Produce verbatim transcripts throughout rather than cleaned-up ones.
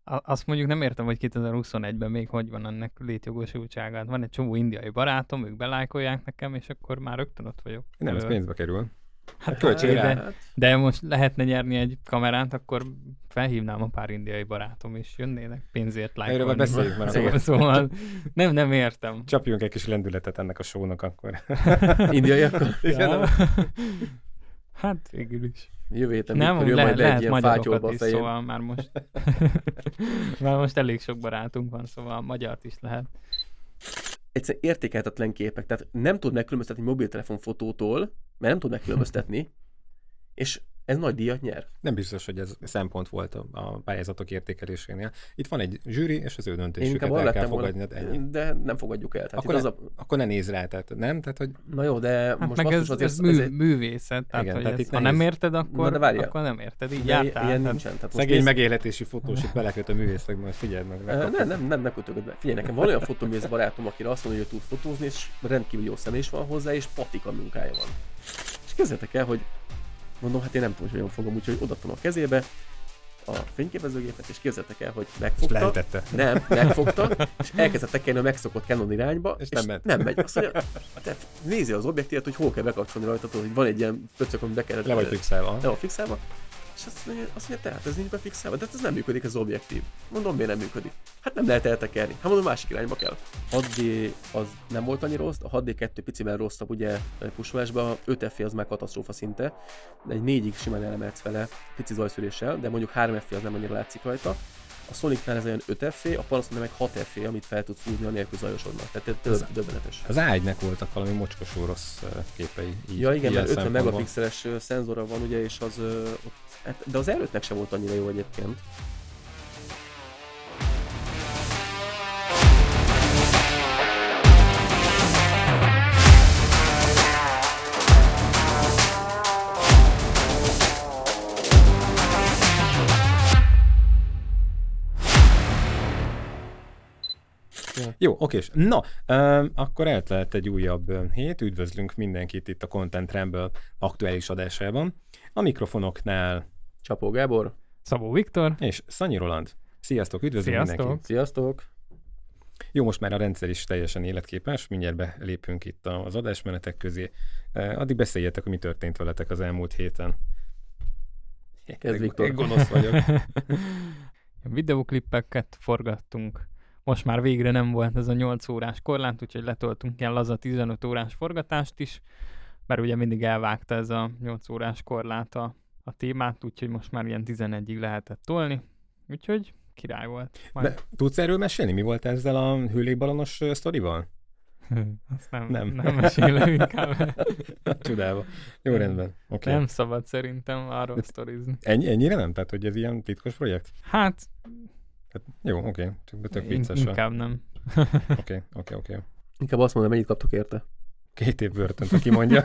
azt mondjuk nem értem, hogy kétezer-huszonegyben még hogy van ennek létjogosultságát. Van egy csomó indiai barátom, ők belájkolják nekem, és akkor már rögtön ott vagyok. Nem, ez pénzbe kerül. Hát költség rá. de, de most lehetne nyerni egy kamerát, akkor felhívnám a pár indiai barátom, és jönnének pénzért lájkolni. Erről beszéljük már. Szóval, szóval nem, nem értem. Csapjunk egy kis lendületet ennek a show-nak akkor. Indiaiakkal? Ja. Hát végül is. Jövő héten nem, mikor jön le, majd le egy ilyen fátyolba a is, fején. szóval már most, már most elég sok barátunk van, szóval magyart is lehet. Egyszerűen értékelhetetlen képek, tehát nem tud megkülönböztetni mobiltelefon fotótól, mert nem tud megkülönböztetni, és ez nagy díjat nyer. Nem biztos, hogy ez szempont volt a, a pályázatok értékelésénél. Itt van egy zsűri, és az ő döntésüket el kell fogadni. De nem fogadjuk el. Tehát akkor, ne, az a... akkor ne nézz rá, tehát nem? Tehát, hogy... Na jó, de hát most meg ez, azért, ez mű, azért... művészet, tehát, igen, hogy tehát ez, itt ha nehéz. nem érted, akkor, akkor nem érted. Így jártál. Ilyen hát... nincsen. Tehát szegény néz... megélhetési fotós itt beleköt a művészekben, majd figyeld meg. Nem, nem, nem, nem, nem kötögöd be. Figyelj, nekem van olyan fotóművész barátom, akire azt mondja, hogy ő tud fotózni, és rendkívül jó szeme is van hozzá, és patika munkája van. És kezdetek el, hogy mondom, hát én nem tudom, hogy olyan fogom, úgyhogy odaadtam a kezébe a fényképezőgépet, és képzeljétek el, hogy megfogta. Nem, megfogta, és elkezdett tekerni a megszokott Canon irányba, és, és nem, megy. nem megy. Azt mondja, tehát nézi az objektívet, hogy hol kell bekapcsolni rajta, hogy van egy ilyen pöcök, amit be kell... Le vagy fixálva. Le van fixálva. És azt mondja, azt mondja, tehát ez nincs befixálva, de hát ez nem működik, ez az objektív. Mondom, miért nem működik? Hát nem lehet eltekerni. Hát mondom, másik irányba kell. hat dé az nem volt annyira rossz, a hat dé kettő picivel rosszabb, ugye pusolásban, öt ef pé az már katasztrófa szinte. De egy négyig simán elemelsz vele, pici zajszűréssel, de mondjuk három ef pé az nem annyira látszik rajta. A Sonicnál ez olyan öt ef pé, a Panasonic meg hat ef pé, amit fel tudsz húzni anélkül zajosodnak. Tehát ez döbbenetes. Az á egynek voltak valami mocskosó rossz képei. Így, ja igen, mert ötven megapixeles szenzora van ugye, és az ott, de az előttnek sem volt annyira jó egyébként. Jó, okés. Na, um, akkor eltelt egy újabb hét. Üdvözlünk mindenkit itt a Content Rumble aktuális adásában. A mikrofonoknál Csapó Gábor, Szabó Viktor és Szanyi Roland. Sziasztok, üdvözlünk Sziasztok. mindenkit. Sziasztok. Jó, most már a rendszer is teljesen életképes, mindjárt belépünk itt az adásmenetek közé. Uh, addig beszéljetek, hogy mi történt veletek az elmúlt héten. Kezd Viktor. Én gonosz vagyok. Videóklippeket forgattunk. Most már végre nem volt ez a nyolc órás korlát, úgyhogy letoltunk ilyen laza tizenöt órás forgatást is, mert ugye mindig elvágta ez a nyolc órás korlát a, a témát, úgyhogy most már ilyen tizenegyig lehetett tolni, úgyhogy király volt. Majd... De tudsz erről mesélni? Mi volt ezzel a hőlékbalonos sztorival? Azt nem, nem. nem mesélem inkább. Csodálva. Jó, rendben. Okay. Nem szabad szerintem arról sztorizni. Ennyi, ennyire nem? Tehát, hogy ez ilyen titkos projekt? Hát... hát jó, oké. Okay. Csak tök vicces. Inkább nem. Oké, oké, oké. Inkább azt mondom, mennyit kaptok érte. Két év börtönt, aki mondja.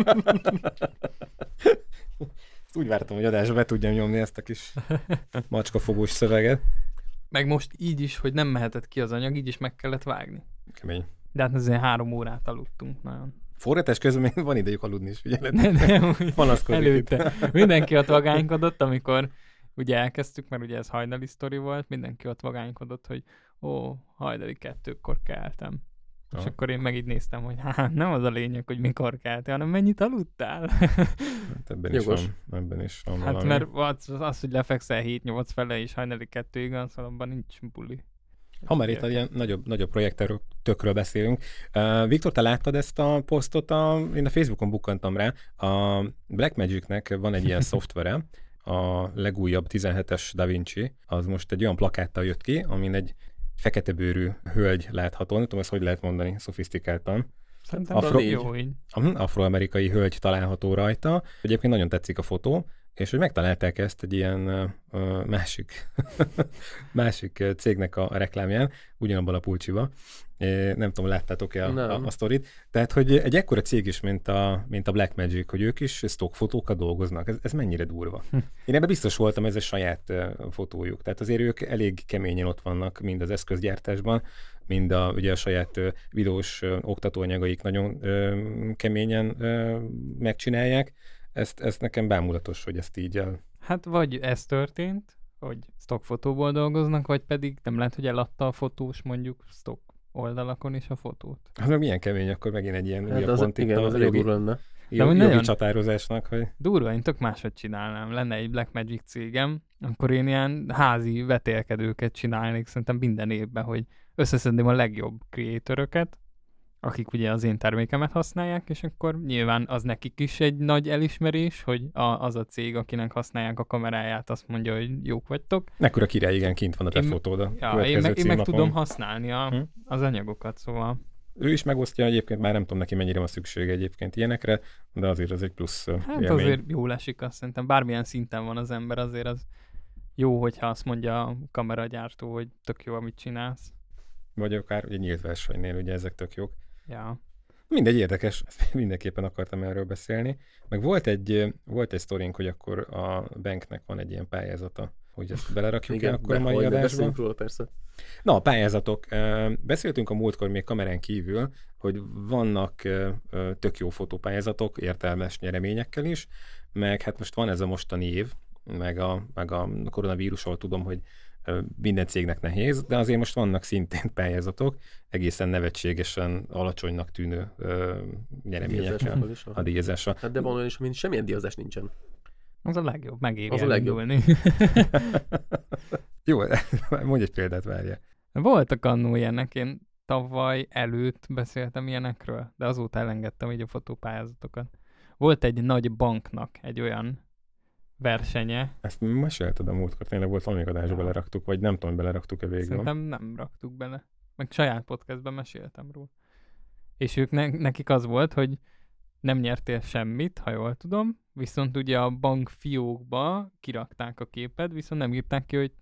Ezt úgy vártam, hogy adásba be tudjam nyomni ezt a kis macskafogós szöveget. Meg most így is, hogy nem mehetett ki az anyag, így is meg kellett vágni. Kemény. De hát azért három órát aludtunk nagyon. Forgatás közben még van idejük aludni is, figyeled. Ne, nem, előtte. Mindenki ott vagánykodott, amikor ugye elkezdtük, mert ugye ez hajnali sztori volt, mindenki ott vagánykodott, hogy ó, hajnali kettőkkor keltem. És Aha. akkor én meg így néztem, hogy hát nem az a lényeg, hogy mikor keltél, hanem mennyit aludtál. Hát ebben Jogos. is van, ebben is van Hát valami. mert az, az, hogy lefekszel hét-nyolc fele és hajnali kettőig, az abban nincs buli. Ha már itt ilyen nagyobb, nagyobb projektekről beszélünk. Uh, Viktor, te láttad ezt a posztot? A, én a Facebookon bukkantam rá. A Blackmagicnek van egy ilyen szoftvere, a legújabb tizenhetes DaVinci, az most egy olyan plakáttal jött ki, amin egy feketebőrű hölgy látható, nem tudom, ezt hogy lehet mondani szofisztikáltan. Szerintem Afro- jó így. Afroamerikai hölgy található rajta. Egyébként nagyon tetszik a fotó, és hogy megtalálták ezt egy ilyen uh, másik, másik cégnek a reklámján, ugyanabban a pulcsiba. É, nem tudom, láttátok-e a, a, a sztorit. Tehát, hogy egy ekkora cég is, mint a, mint a Blackmagic, hogy ők is stockfotókat dolgoznak. Ez, ez mennyire durva. Én ebben biztos voltam, ez a saját uh, fotójuk. Tehát azért ők elég keményen ott vannak, mind az eszközgyártásban, mind a, ugye a saját uh, videós uh, oktatóanyagaik nagyon uh, keményen uh, megcsinálják. Ezt, ezt nekem bámulatos, hogy ezt így el... Hát vagy ez történt, hogy stock fotóból dolgoznak, vagy pedig nem lehet, hogy eladta a fotós mondjuk stock oldalakon is a fotót. Az meg milyen kemény, akkor megint egy ilyen Hát újabb az, pont itt igen, a az elég jogi, durva lenne. jogi, hogy jogi nagyon- csatározásnak, hogy Durva, én tök máshogy csinálnám. Lenne egy Blackmagic cégem, akkor én ilyen házi vetélkedőket csinálnék szerintem minden évben, hogy összeszedném a legjobb creatoröket, akik ugye az én termékemet használják, és akkor nyilván az nekik is egy nagy elismerés, hogy a, az a cég, akinek használják a kameráját, azt mondja, hogy jók vagytok. mekkora király, igen, kint van a te Én- fotód a Ja, én következő meg, én meg címlapon. tudom használni a, Hm. az anyagokat, szóval Ő is megosztja egyébként, már nem tudom neki mennyire van szüksége egyébként ilyenekre, de azért az egy plusz ö, hát élmény. azért jól esik, azt szerintem bármilyen szinten van az ember, azért az jó, hogyha azt mondja a kameragyártó, hogy tök jó, amit csinálsz. Vagy akár ugye nyílt versenynél, ugye ezek tök jók. Ja. Mindegy érdekes, ezt mindenképpen akartam erről beszélni. Meg volt egy, ö, volt egy sztorink, hogy akkor a banknek van egy ilyen pályázata, hogy ezt belerakjuk el akkor a mai hogy ne adásba. beszéljünk róla, persze. Na, a pályázatok. Ö, Beszéltünk a múltkor még kamerán kívül, hogy vannak ö, ö, tök jó fotópályázatok, értelmes nyereményekkel is, meg hát most van ez a mostani év, meg a, meg a koronavírusról tudom, hogy ö, minden cégnek nehéz, de azért most vannak szintén pályázatok, egészen nevetségesen alacsonynak tűnő ö, nyereményekkel Díjazásokból is, aha. a díjazásra. Hát de van olyan is, amin semmilyen díjazás nincsen. Az a legjobb, megéri Az a legjobb. elindulni. Jó, mondj egy példát, várja. Voltak annó ilyenek, én tavaly előtt beszéltem ilyenekről, de azóta elengedtem így a fotópályázatokat. Volt egy nagy banknak egy olyan versenye, Ezt mesélted a múltkor, tényleg volt valamelyik adásba Ja. beleraktuk, vagy nem tudom, beleraktuk-e végül. szerintem nem raktuk bele. Meg saját podcastben meséltem róla. És ők ne- nekik az volt, hogy nem nyertél semmit, ha jól tudom, viszont ugye a bank fiókba kirakták a képed, viszont nem írták ki, hogy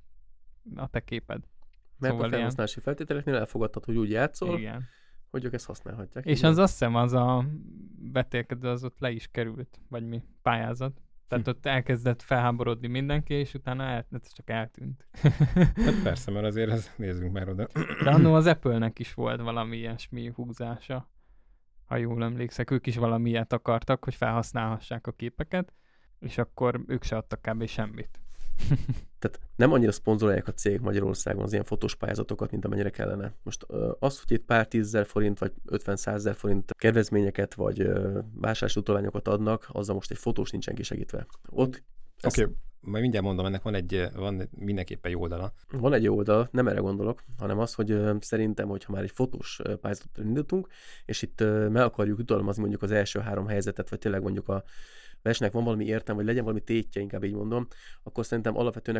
a te képed. Mert Szóval a felhasználási feltételeknél elfogadtad, hogy úgy játszol, Igen. hogy ők ezt használhatják. És Igen. az azt hiszem, az a vetélkedő az ott le is került, vagy mi, pályázat. Tehát Hm. ott elkezdett felháborodni mindenki, és utána el, ez csak eltűnt. Hát persze, mert azért ez, nézzünk már oda. De annó az Apple-nek is volt valami ilyesmi húzása, ha jól emlékszek. Ők is valami ilyet akartak, hogy felhasználhassák a képeket, és akkor ők se adtak kb. Semmit. Tehát nem annyira szponzorálják a cég Magyarországon az ilyen fotós pályázatokat, mint amennyire kellene. Most ö, az, hogy itt pár tízezer forint, vagy ötven-százezer forint kedvezményeket, vagy ö, vásárlási utalványokat adnak, azzal most egy fotós nincsen kisegítve. Ott Oké, okay. Majd mindjárt mondom, ennek van egy, van mindenképpen jó oldala. van egy jó oldal, nem erre gondolok, hanem az, hogy ö, szerintem, hogyha már egy fotós ö, pályázatot indítunk, és itt ö, meg akarjuk jutalmazni mondjuk az első három helyzetet, vagy tényleg mondjuk a versenynek van valami értelme, vagy legyen valami tétje, inkább így mondom, akkor szerintem alapvetően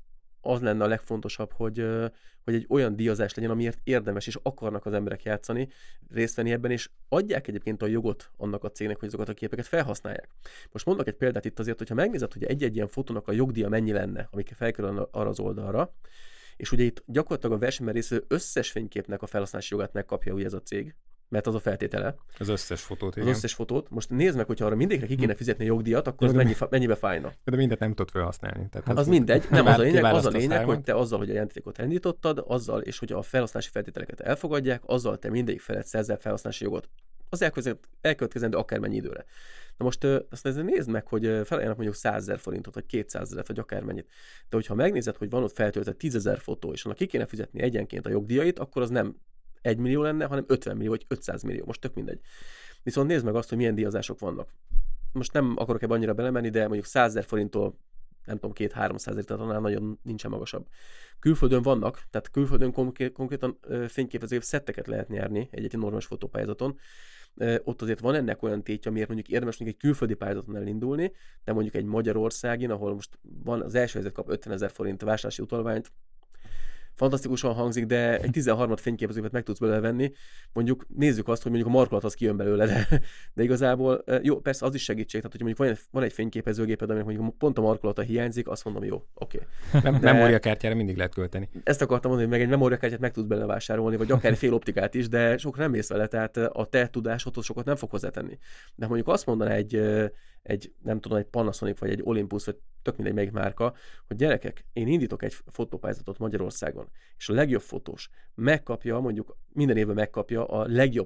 az lenne a legfontosabb, hogy, ö, hogy egy olyan díjazás legyen, amiért érdemes, és akarnak az emberek játszani, részt venni ebben, és adják egyébként a jogot annak a cégnek, hogy azokat a képeket felhasználják. Most mondok egy példát itt azért, hogyha megnézed, hogy egy-egy ilyen fotónak a jogdíja mennyi lenne, amik felkerül arra az oldalra, és ugye itt gyakorlatilag a versenyben részvevő összes fényképnek a felhasználási jogát megkapja ugye ez a cég, mert az a feltétele, Az összes fotót, az igen. összes fotót. Most nézd meg, hogyha arra mindegyikre ki kéne fizetni a jogdíjat, akkor Jó, ez de mennyi, fa- mennyibe fájna. De mindent nem tudod felhasználni. Tehát Az mindegy, nem az a lényeg, az a kiválasztasz lényeg, hármat. hogy te azzal, hogy a játékot elindítottad, azzal, és hogy a felhasználási feltételeket elfogadják, azzal te mindegyik felett szerzel felhasználási jogot. Az elkövetkezendő, elkövetkezendő akármennyi időre. Na most ö, azt ezzel nézd meg, hogy ö, felajánlnak mondjuk százezer forintot, vagy kétszázezret, vagy akármennyit. De hogyha megnézed, hogy van ott feltöltött tízezer fotó, és annak ki kéne fizetni egyenként a jogdíjait, akkor az nem egy millió lenne, hanem ötven millió, vagy ötszáz millió. Most tök mindegy. Viszont nézd meg azt, hogy milyen díjazások vannak. Most nem akarok ebbe annyira belemenni, de mondjuk százezer forinttól nem tudom, két-háromszázezer, tehát annál nagyon nincsen magasabb. Külföldön vannak, tehát külföldön konkrét, konkrétan ö, fényképező szetteket lehet nyerni egy-egy normális fotópályázaton. Ö, ott azért van ennek olyan tétje, amiért mondjuk érdemes mondjuk egy külföldi pályázaton elindulni, de mondjuk egy Magyarországin, ahol most van az első helyzet kap ötvenezer forint vásárlási utalványt, fantasztikusan hangzik, de egy tizenhárom fényképezőket meg tudsz belőle venni. Mondjuk nézzük azt, hogy mondjuk a markolat az kijön belőle, de, de igazából jó, persze az is segítség, tehát hogyha mondjuk van egy, van egy fényképezőgéped, aminek mondjuk pont a markolata hiányzik, azt mondom, jó, oké. Mem- De- Memóriakártyára mindig lehet költeni. Ezt akartam mondani, hogy meg egy memóriakártyát meg tudsz belőle vásárolni, vagy akár fél optikát is, de sokra nem mész vele, tehát a te tudásodhoz sokat nem fog hozzátenni. De mondjuk azt mondaná egy, egy nem tudom, egy Panasonic, vagy egy Olympus, vagy tök mindegy melyik márka, hogy gyerekek, én indítok egy fotópályázatot Magyarországon, és a legjobb fotós megkapja, mondjuk minden évben megkapja a legjobb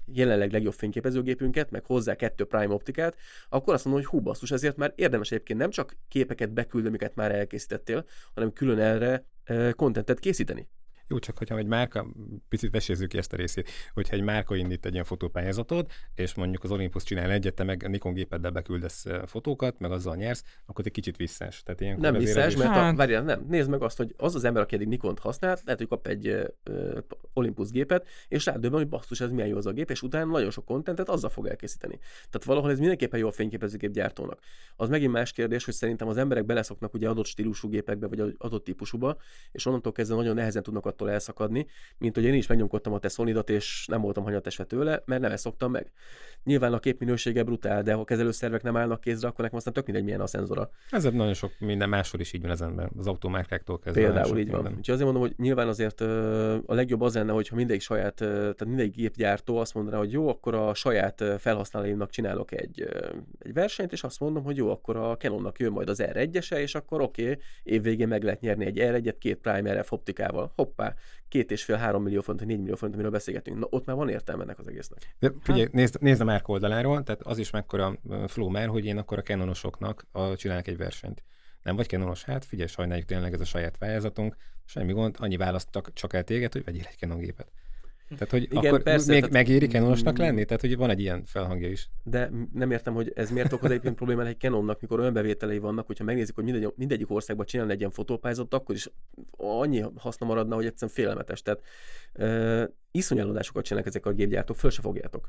jelenleg legjobb fényképezőgépünket, meg hozzá kettő Prime optikát, akkor azt mondom, hogy hú basszus, ezért már érdemes egyébként nem csak képeket beküldeni, amiket már elkészítettél, hanem külön erre kontentet készíteni. Jó, csak hogyha egy márka, picit vesézzük ki ezt a részét, hogyha egy márka indít egy ilyen fotópályázatot, és mondjuk az Olympus csinál egyet, te meg Nikon gépeddel beküldesz fotókat, meg azzal nyersz, akkor egy kicsit visszás. Tehát nem visszás, is... mert a, várjál, nem. Nézd meg azt, hogy az az ember, aki eddig Nikont használt, lehet, hogy kap egy uh, Olympus gépet, és rádöbben, hogy basszus, ez milyen jó az a gép, és utána nagyon sok kontentet azzal fog elkészíteni. Tehát valahol ez mindenképpen jó a fényképezőgép gyártónak. Az megint más kérdés, hogy szerintem az emberek beleszoknak ugye adott stílusú gépekbe, vagy adott típusúba, és onnantól kezdve nagyon nehezen tudnak attól elszakadni, mint hogy én is megnyomkodtam a te Sonydat, és nem voltam hanyatesve tőle, mert nem ezt szoktam meg. Nyilván a kép minősége brutál, de ha a kezelőszervek nem állnak kézre, akkor nekem aztán tök mindegy, milyen a szenzora. Ez nagyon sok minden máshol is így van ezenben, az automárkáktól kezdve. Például így van. Úgyhogy azért mondom, hogy nyilván azért a legjobb az lenne, hogyha mindegyik saját, tehát mindegyik gépgyártó azt mondaná, hogy jó, akkor a saját felhasználóimnak csinálok egy, egy versenyt, és azt mondom, hogy jó, akkor a Canonnak jön majd az er egyese, és akkor oké, okay, évvégén meg lehet nyerni egy er egyet két Prime er ef optikával. Hoppá, két és fél, három millió font, vagy négy millió font, amiről beszélgetünk. Na, ott már van értelme ennek az egésznek. De figyelj, hát... nézd, nézd a márka oldaláról, tehát az is mekkora flow már, hogy én akkor a Canonosoknak a, csinálok egy versenyt. Nem vagy Canonos, hát figyelj, sajnáljuk, tényleg ez a saját pályázatunk, semmi gond, annyi választottak csak el téged, hogy vegyél egy Canon gépet. Tehát, hogy igen, akkor persze, még tehát... megéri Canonosnak lenni? Tehát, hogy van egy ilyen felhangja is. De nem értem, hogy ez miért okoz egyébként problémát egy Canonnak, mikor olyan bevételei vannak, hogyha megnézzük, hogy mindegy, mindegyik országban csinálni egy ilyen fotópályázatot, akkor is annyi haszna maradna, hogy egyszerűen félelmetes. Tehát uh, iszonyalódásokat csinálnak ezek a gépgyártók, föl se fogjátok.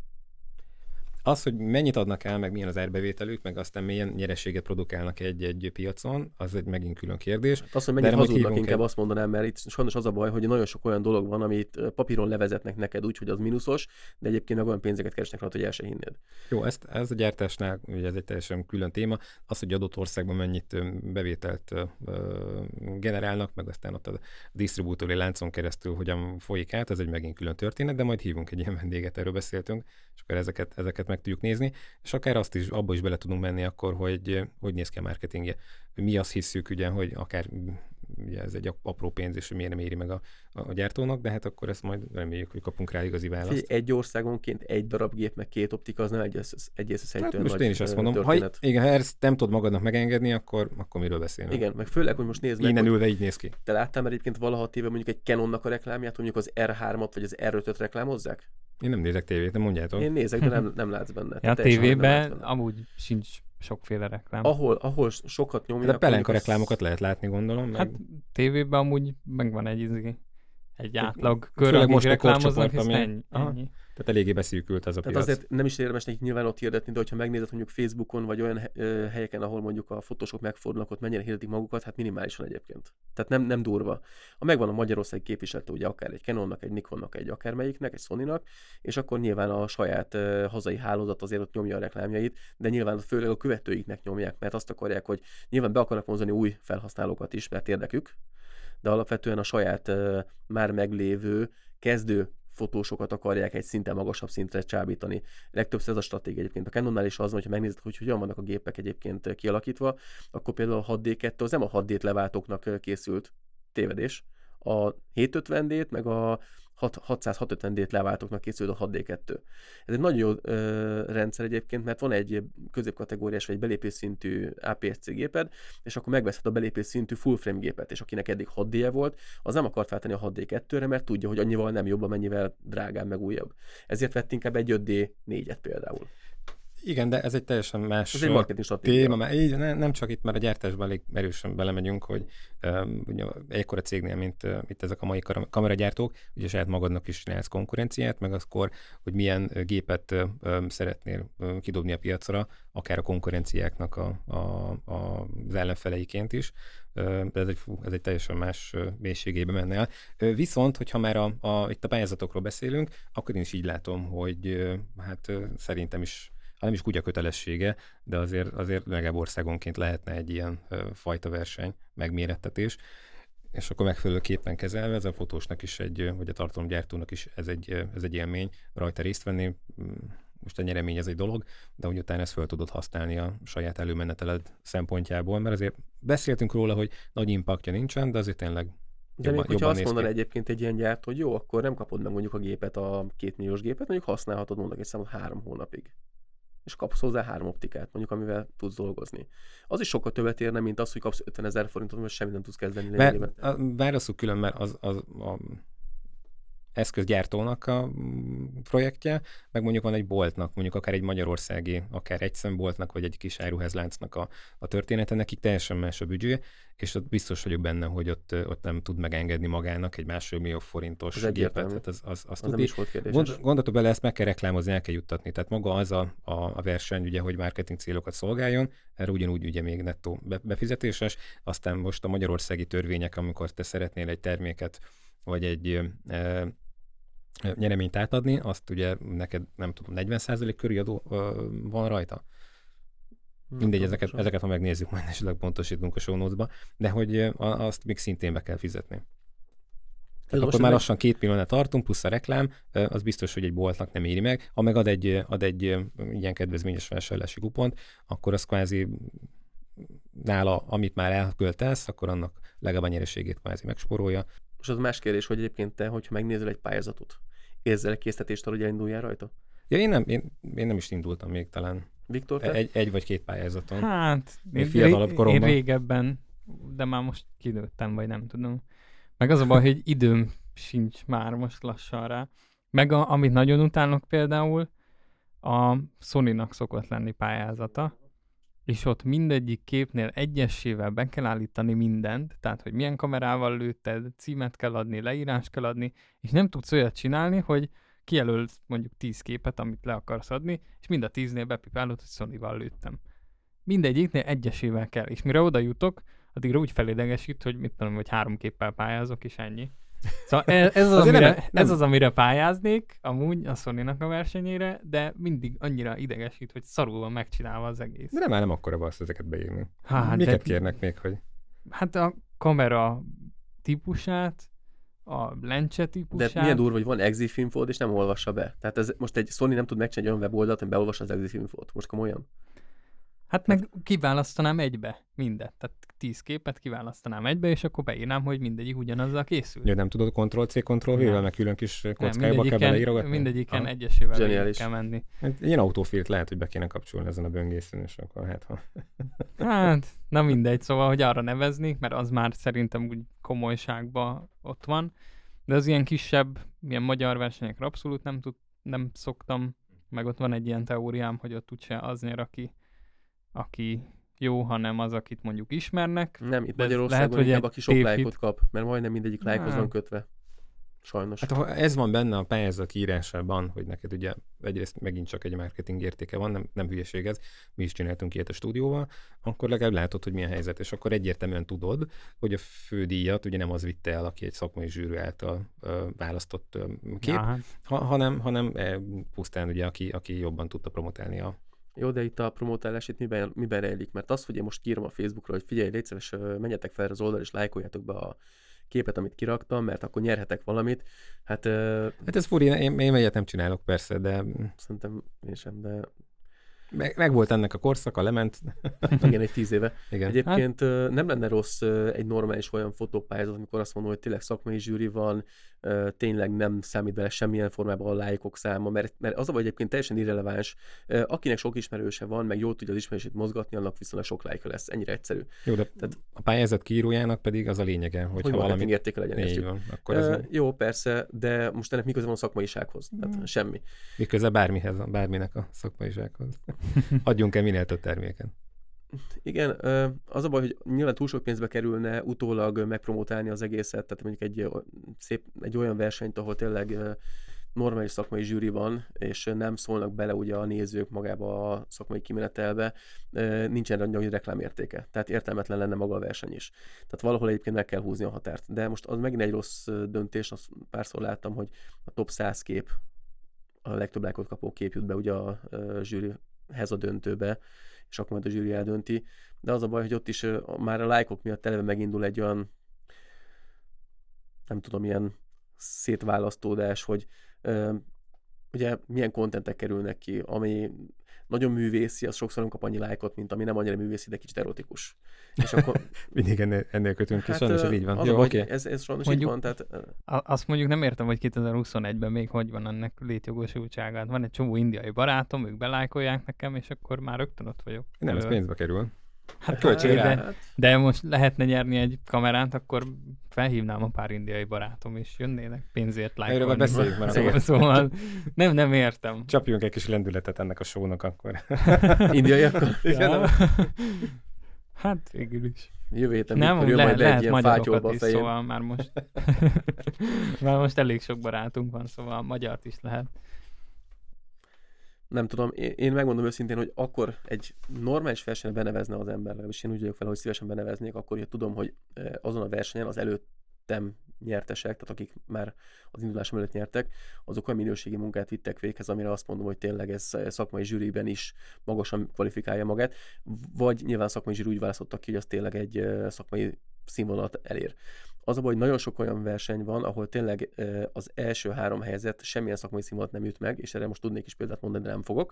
Az, hogy mennyit adnak el, meg milyen az árbevételük, meg aztán milyen nyereséget produkálnak egy-egy piacon, az egy megint külön kérdés. Hát az, hogy mennyit hazudnak, inkább el... azt mondanám, mert itt sajnos az a baj, hogy nagyon sok olyan dolog van, amit papíron levezetnek neked úgy, hogy az mínuszos, de egyébként meg olyan pénzeket keresnek rá, hogy el se hinnéd. Jó, ezt, ez a gyártásnál, ugye ez egy teljesen külön téma, az, hogy adott országban mennyit bevételt ö, generálnak, meg aztán ott a disztribútori láncon keresztül hogyan folyik át, ez egy megint külön történet, de majd hívunk egy ilyen vendéget, erről beszéltünk, és akkor ezeket, ezeket meg tudjuk nézni, és akár azt is, abba is bele tudunk menni akkor, hogy hogy néz ki a marketingje. Mi azt hiszük, ugye, hogy akár ugye ez egy apró pénz, és hogy miért nem éri meg a, a gyártónak, de hát akkor ezt majd reméljük, hogy kapunk rá igazi választ. Egy országonként egy darab gép, meg két optika, az nem egy összeszedhetően hát most én is azt mondom, ha igen, ha ezt nem tudod magadnak megengedni, akkor, akkor miről beszélünk? Igen, meg főleg, hogy most nézd meg. Innen ülve így néz ki. Te láttál már egyébként valaha téve mondjuk egy Canonnak a reklámját, mondjuk az er hármat vagy az er ötöt reklámozzák? Én nem nézek tévét, nem mondjátok. Én nézek, de nem, nem látsz benne. Ja, a tévében amúgy sincs sokféle reklám. Ahol, ahol sokat nyomják. De pelenka reklámokat lehet látni, gondolom. Hát meg... tévében amúgy megvan egy, egy átlag kör, főleg most reklámoznak, és ennyi. ennyi. Tehát eléggé beszűkült ez a Tehát piac. azért nem is érdemes nekik nyilván ott hirdetni, de hogyha megnézed mondjuk Facebookon, vagy olyan helyeken, ahol mondjuk a fotósok megfordulnak, ott mennyire hirdetik magukat, hát minimálisan egyébként. Tehát nem, nem durva. Ha megvan a Magyarország képviselete, ugye akár egy Canonnak, egy Nikonnak, egy akármelyiknek, egy Sonynak, és akkor nyilván a saját uh, hazai hálózat azért ott nyomja a reklámjait, de nyilván főleg a követőiknek nyomják, mert azt akarják, hogy nyilván be akarnak vonzani új felhasználókat is, mert érdekük, de alapvetően a saját uh, már meglévő kezdő fotósokat akarják egy szinten magasabb szintre csábítani. Legtöbbször ez a stratégia egyébként. A Canonnál is az van, hogyha megnézed, hogy hogyan vannak a gépek egyébként kialakítva, akkor például a hat dé kettő az nem a hat dé-t leváltóknak készült, tévedés. A hétszázötven dé-t meg a hatszázhatvanöt dé-t leváltóknak készült a hat dé kettő. Ez egy nagyon jó ö, rendszer egyébként, mert van egy középkategóriás vagy egy belépés szintű á pé es cé géped, és akkor megveszed a belépés szintű full frame gépet, és akinek eddig hat dé-je volt, az nem akart váltani a hat dé kettőre, mert tudja, hogy annyival nem jobb, amennyivel drágább, meg újabb. Ezért vett inkább egy öt dé négyet például. Igen, de ez egy teljesen más ez egy marketing stratégia. Téma, mert így, ne, nem csak itt, mert a gyártásban elég erősen belemegyünk, hogy um, egykor a cégnél, mint uh, itt ezek a mai kameragyártók, ugye saját magadnak is csinálsz konkurenciát, meg akkor, hogy milyen gépet um, szeretnél um, kidobni a piacra, akár a konkurenciáknak a, a, a, az ellenfeleiként is. Uh, ez, egy, fú, ez egy teljesen más uh, mélységébe menne el. Uh, viszont, hogyha már a, a, itt a pályázatokról beszélünk, akkor én is így látom, hogy uh, hát uh, szerintem is nem is kutya kötelessége, de azért, azért legalább országonként lehetne egy ilyen ö, fajta verseny, megmérettetés, és akkor megfelelőképpen kezelve, ez a fotósnak is egy, vagy a tartalomgyártónak is ez egy, ez egy élmény, rajta részt venni. Most a nyeremény ez egy dolog, de hogy utána ezt fel tudod használni a saját előmeneteled szempontjából, mert azért beszéltünk róla, hogy nagy impaktja nincsen, de azért tényleg De még hogyha azt mondaná egyébként egy ilyen gyártó, hogy jó, akkor nem kapod meg mondjuk a gépet, a két milliós gépet, mondjuk használhatod mondjuk egy számot három hónapig. És kapsz hozzá három optikát, mondjuk, amivel tudsz dolgozni. Az is sokkal többet érne, mint az, hogy kapsz ötvenezer forintot, mert semmit nem tudsz kezdeni lényegében. Válaszuk külön, mert az, az a eszközgyártónak a projektje, meg mondjuk van egy boltnak, mondjuk akár egy magyarországi, akár egy szemboltnak, vagy egy kis áruházláncnak a, a története, nekik teljesen más a büdzsé, és ott biztos vagyok benne, hogy ott, ott nem tud megengedni magának egy másfél millió forintos az gépet. Tehát az, az, az, az nem is volt kérdéses. Gond, gondoltok bele, ezt meg kell reklámozni, el kell juttatni. Tehát maga az a, a, a verseny, ugye, hogy marketing célokat szolgáljon, erre ugyanúgy ugye még nettó befizetéses, aztán most a magyarországi törvények, amikor te szeretnél egy terméket, vagy egy e, nyereményt átadni, azt ugye neked, nem tudom, negyven százalék körüli adó ö, van rajta. Mindegy, ezeket, ezeket ha megnézzük, majd esetleg pontosítunk a show notes-ba, de hogy azt még szintén be kell fizetni. Tehát akkor már lassan két milliónál tartunk, plusz a reklám, az biztos, hogy egy boltnak nem éri meg. Ha meg ad egy, ad egy ilyen kedvezményes vásárlási kupont, akkor az kvázi nála, amit már elköltesz, akkor annak legalább a nyereségét kvázi megspórolja. És az más kérdés, hogy egyébként te, hogyha megnézel egy pályázatot, érzel egy késztetést arra, hogy elinduljál rajta? Ja, én nem, én, én nem is indultam még talán. Viktor, te? Egy, egy vagy két pályázaton. Hát, én, fiatalabb ré, koromban. én régebben, de már most kinőttem, vagy nem tudom. Meg az a baj, hogy időm sincs már most lassan rá. Meg a, amit nagyon utálok például, a Sony-nak szokott lenni pályázata, és ott mindegyik képnél egyesével be kell állítani mindent, tehát, hogy milyen kamerával lőtted, címet kell adni, leírást kell adni, és nem tudsz olyat csinálni, hogy kijelölsz mondjuk tíz képet, amit le akarsz adni, és mind a tíznél bepipálod, hogy Sony-val lőttem. Mindegyiknél egyesével kell, és mire oda jutok, addigra úgy felédegesít, hogy mit tudom, hogy három képpel pályázok, és ennyi. Szóval ez, ez, az, amire, nem, nem. ez az, amire pályáznék, amúgy a Sony-nak a versenyére, de mindig annyira idegesít, hogy szarul van megcsinálva az egész. De nem már nem akkora bassz ezeket beírni. Hát, miket de, kérnek még, hogy... Hát a kamera típusát, a lencse típusát. De milyen durva, hogy van exif infód, és nem olvassa be. Tehát ez most egy Sony nem tud megcsinálni olyan weboldalt, hogy beolvassa az exif infót. Most komolyan? Hát meg kiválasztanám egybe mindet. Tehát tíz képet kiválasztanám egybe, és akkor beírnám, hogy mindegyik ugyanazzal készül. Ja, nem tudod Ctrl-C, Ctrl-V-vel, meg külön kis kockájába kell beleírogatni? Mindegyiken ah. egyesével Zseniális. kell menni. Hát, ilyen autófilt lehet, hogy be kéne kapcsolni ezen a böngészőn, és akkor hát ha... Hát, na mindegy, szóval, hogy arra nevezni, mert az már szerintem úgy komolyságban ott van. De az ilyen kisebb, ilyen magyar versenyekre abszolút nem, tud, nem szoktam. Meg ott van egy ilyen teóriám, hogy ott úgyse az nyer, aki, aki jó, hanem az, akit mondjuk ismernek. Nem, itt Magyarországon inkább aki sok lájkot kap, mert majdnem mindegyik lájkhoz van kötve. Sajnos. Hát ha ez van benne a pályázat írásában, hogy neked ugye egyrészt megint csak egy marketing értéke van, nem, nem hülyeség ez, mi is csináltunk ilyet a stúdióval, akkor legalább látod, hogy milyen helyzet, és akkor egyértelműen tudod, hogy a fődíjat ugye nem az vitte el, aki egy szakmai zsűri által ö, választott ö, kép, ja, ha, hanem, hanem e, pusztán ugye, aki, aki jobban tudta promotálni a... Jó, de itt a promotálás itt miben, miben rejlik? Mert az, hogy én most kírom a Facebookra, hogy figyelj, légy szíves, menjetek fel az oldal és lájkoljátok be a képet, amit kiraktam, mert akkor nyerhetek valamit. Hát, uh, hát ez furi, én, én egyet nem csinálok persze, de... Szerintem én sem, de... Meg, meg volt ennek a korszaka, lement. Igen, egy tíz éve. Igen. Egyébként hát... nem lenne rossz egy normális olyan fotópályázat, amikor azt mondom, hogy tényleg szakmai zsűri van, tényleg nem számít bele semmilyen formában a lájkok száma, mert, mert az a vagy egyébként teljesen irreleváns. Akinek sok ismerőse van, meg jól tudja az ismerősét mozgatni, annak viszonylag sok lájka lesz. Ennyire egyszerű. Jó, de Tehát, a pályázat kiírójának pedig az a lényege, hogy, hogy ha valami értéke legyen. Így van, akkor ez uh, jó, persze, de most ennek miközben van a szakmaisághoz. Tehát hmm. semmi. Miközben bármihez, bárminek a szakmaisághoz. Adjunk el minél több terméket. Igen, az a baj, hogy nyilván túl sok pénzbe kerülne utólag megpromotálni az egészet, tehát mondjuk egy, szép, egy olyan versenyt, ahol tényleg normális szakmai zsűri van, és nem szólnak bele ugye a nézők magába a szakmai kimenetelbe, nincsen annyi reklámértéke. Tehát értelmetlen lenne maga a verseny is. Tehát valahol egyébként meg kell húzni a határt. De most az megint egy rossz döntés, azt párszor láttam, hogy a top száz kép, a legtöbb lájkot kapó kép jut be ugye a zsűrihez a döntőbe, és akkor majd a zsűri eldönti. De az a baj, hogy ott is már a lájkok miatt eleve megindul egy olyan, nem tudom, ilyen szétválasztódás, hogy ugye milyen kontentek kerülnek ki, ami nagyon művészi, az sokszor nem kap annyi lájkot, mint ami nem annyira művészi, de kicsit erotikus. És akkor... Mindig ennél, ennél kötünk ki, hát, sajnos ez így van. Az Jó, a, oké. okay. ez, ez sajnos Mondjuk, így van, tehát... Azt mondjuk nem értem, hogy kétezer-huszonegyben még hogy van ennek létjogosultságát. Van egy csomó indiai barátom, ők belájkolják nekem, és akkor már rögtön ott vagyok. Nem, ez pénzbe kerül. Hát, költség rá. de, de most lehetne nyerni egy kamerát, akkor felhívnám a pár indiai barátom, és jönnének pénzért lájkolni. Erről már beszéljük már. Szóval, szóval nem, nem értem. Csapjunk egy kis lendületet ennek a show-nak akkor. Indiaiakkal? Ja. Hát végül is. Jövő héten, nem, mikor jön le, majd le egy lehet ilyen magyarokat fátyolba a is, fején. szóval már most, már most elég sok barátunk van, szóval magyart is lehet. Nem tudom, én, én megmondom őszintén, hogy akkor egy normális versenyre benevezne az ember, legalábbis én úgy vagyok fel, hogy szívesen beneveznék, akkor hogy tudom, hogy azon a versenyen az előttem nyertesek, tehát akik már az indulásom előtt nyertek, azok olyan minőségi munkát vittek véghez, amire azt mondom, hogy tényleg ez szakmai zsűriben is magasan kvalifikálja magát, vagy nyilván szakmai zsűri úgy választottak ki, hogy az tényleg egy szakmai színvonalat elér. Az a baj, hogy nagyon sok olyan verseny van, ahol tényleg az első három helyzet semmilyen szakmai színvonalat nem üt meg, és erre most tudnék is példát mondani, de nem fogok.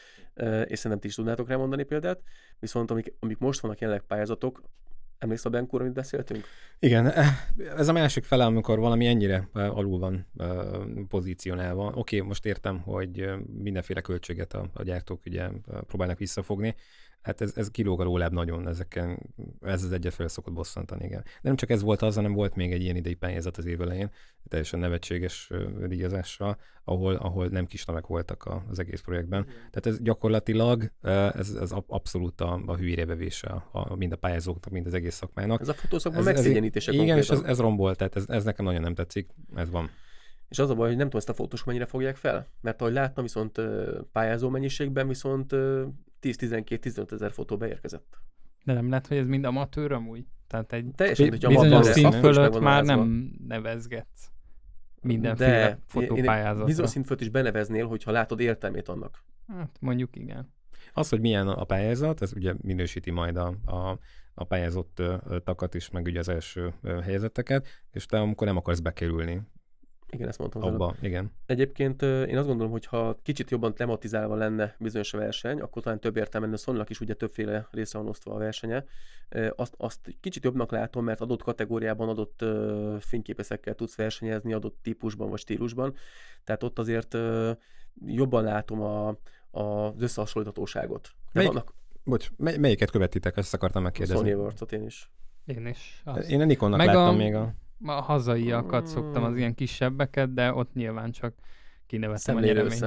És szerintem ti is tudnátok rá mondani példát. Viszont amik, amik most vannak jelenleg pályázatok, emlékszel a Benkúr, amit beszéltünk? Igen, ez a másik fele, amikor valami ennyire alul van pozícionálva. Oké, okay, most értem, hogy mindenféle költséget a, a gyártók ugye próbálnak visszafogni. Hát ez, ez kilóg alólább nagyon, ezeken, ez az egyet fel szokott bosszantani, igen. De nem csak ez volt az, hanem volt még egy ilyen idei pályázat az év elején, teljesen nevetséges díjazással, ahol, ahol nem kis nevek voltak a, az egész projektben. Tehát ez gyakorlatilag, ez, ez abszolút a, a hülyérevevése a, a, mind a pályázóknak, mind az egész szakmának. Ez a fotószakban megszégyenítése igen, konkrétan. és ez, ez rombol, tehát ez, ez nekem nagyon nem tetszik, ez van. És az a baj, hogy nem tudom, ezt a fotósok mennyire fogják fel, mert ahogy láttam, viszont pályázó mennyiségben viszont tíz-tizenkét-tizenöt ezer fotó beérkezett. De nem lehet, hogy ez mind amatőr amúgy? Tehát egy teljesen, bi- bizonyos szint fölött már nem nevezgetsz mindenféle fotópályázatra. Bizonyos szint fölött is beneveznél, hogyha látod értelmét annak. Hát mondjuk igen. Az, hogy milyen a pályázat, ez ugye minősíti majd a, a, a pályázott takat is, meg ugye az első helyezetteket, és te amikor nem akarsz bekerülni. Igen, ezt mondtam. Abba, igen. Egyébként én azt gondolom, hogy ha kicsit jobban tematizálva lenne bizonyos a verseny, akkor talán több értelme lenne. Sony-nak is ugye többféle része van osztva a versenye. Azt, azt kicsit jobbnak látom, mert adott kategóriában, adott fényképészekkel tudsz versenyezni, adott típusban vagy stílusban. Tehát ott azért jobban látom a, a, az összehasonlíthatóságot. Melyik, vannak... Bocs, mely, melyiket követitek? Ezt akartam megkérdezni. Sony Awards-ot én is. Én is. Az. Én a Nikonnak meg láttam a... még a... A hazaiakat szoktam, az ilyen kisebbeket, de ott nyilván csak kinevettem a nyereményt.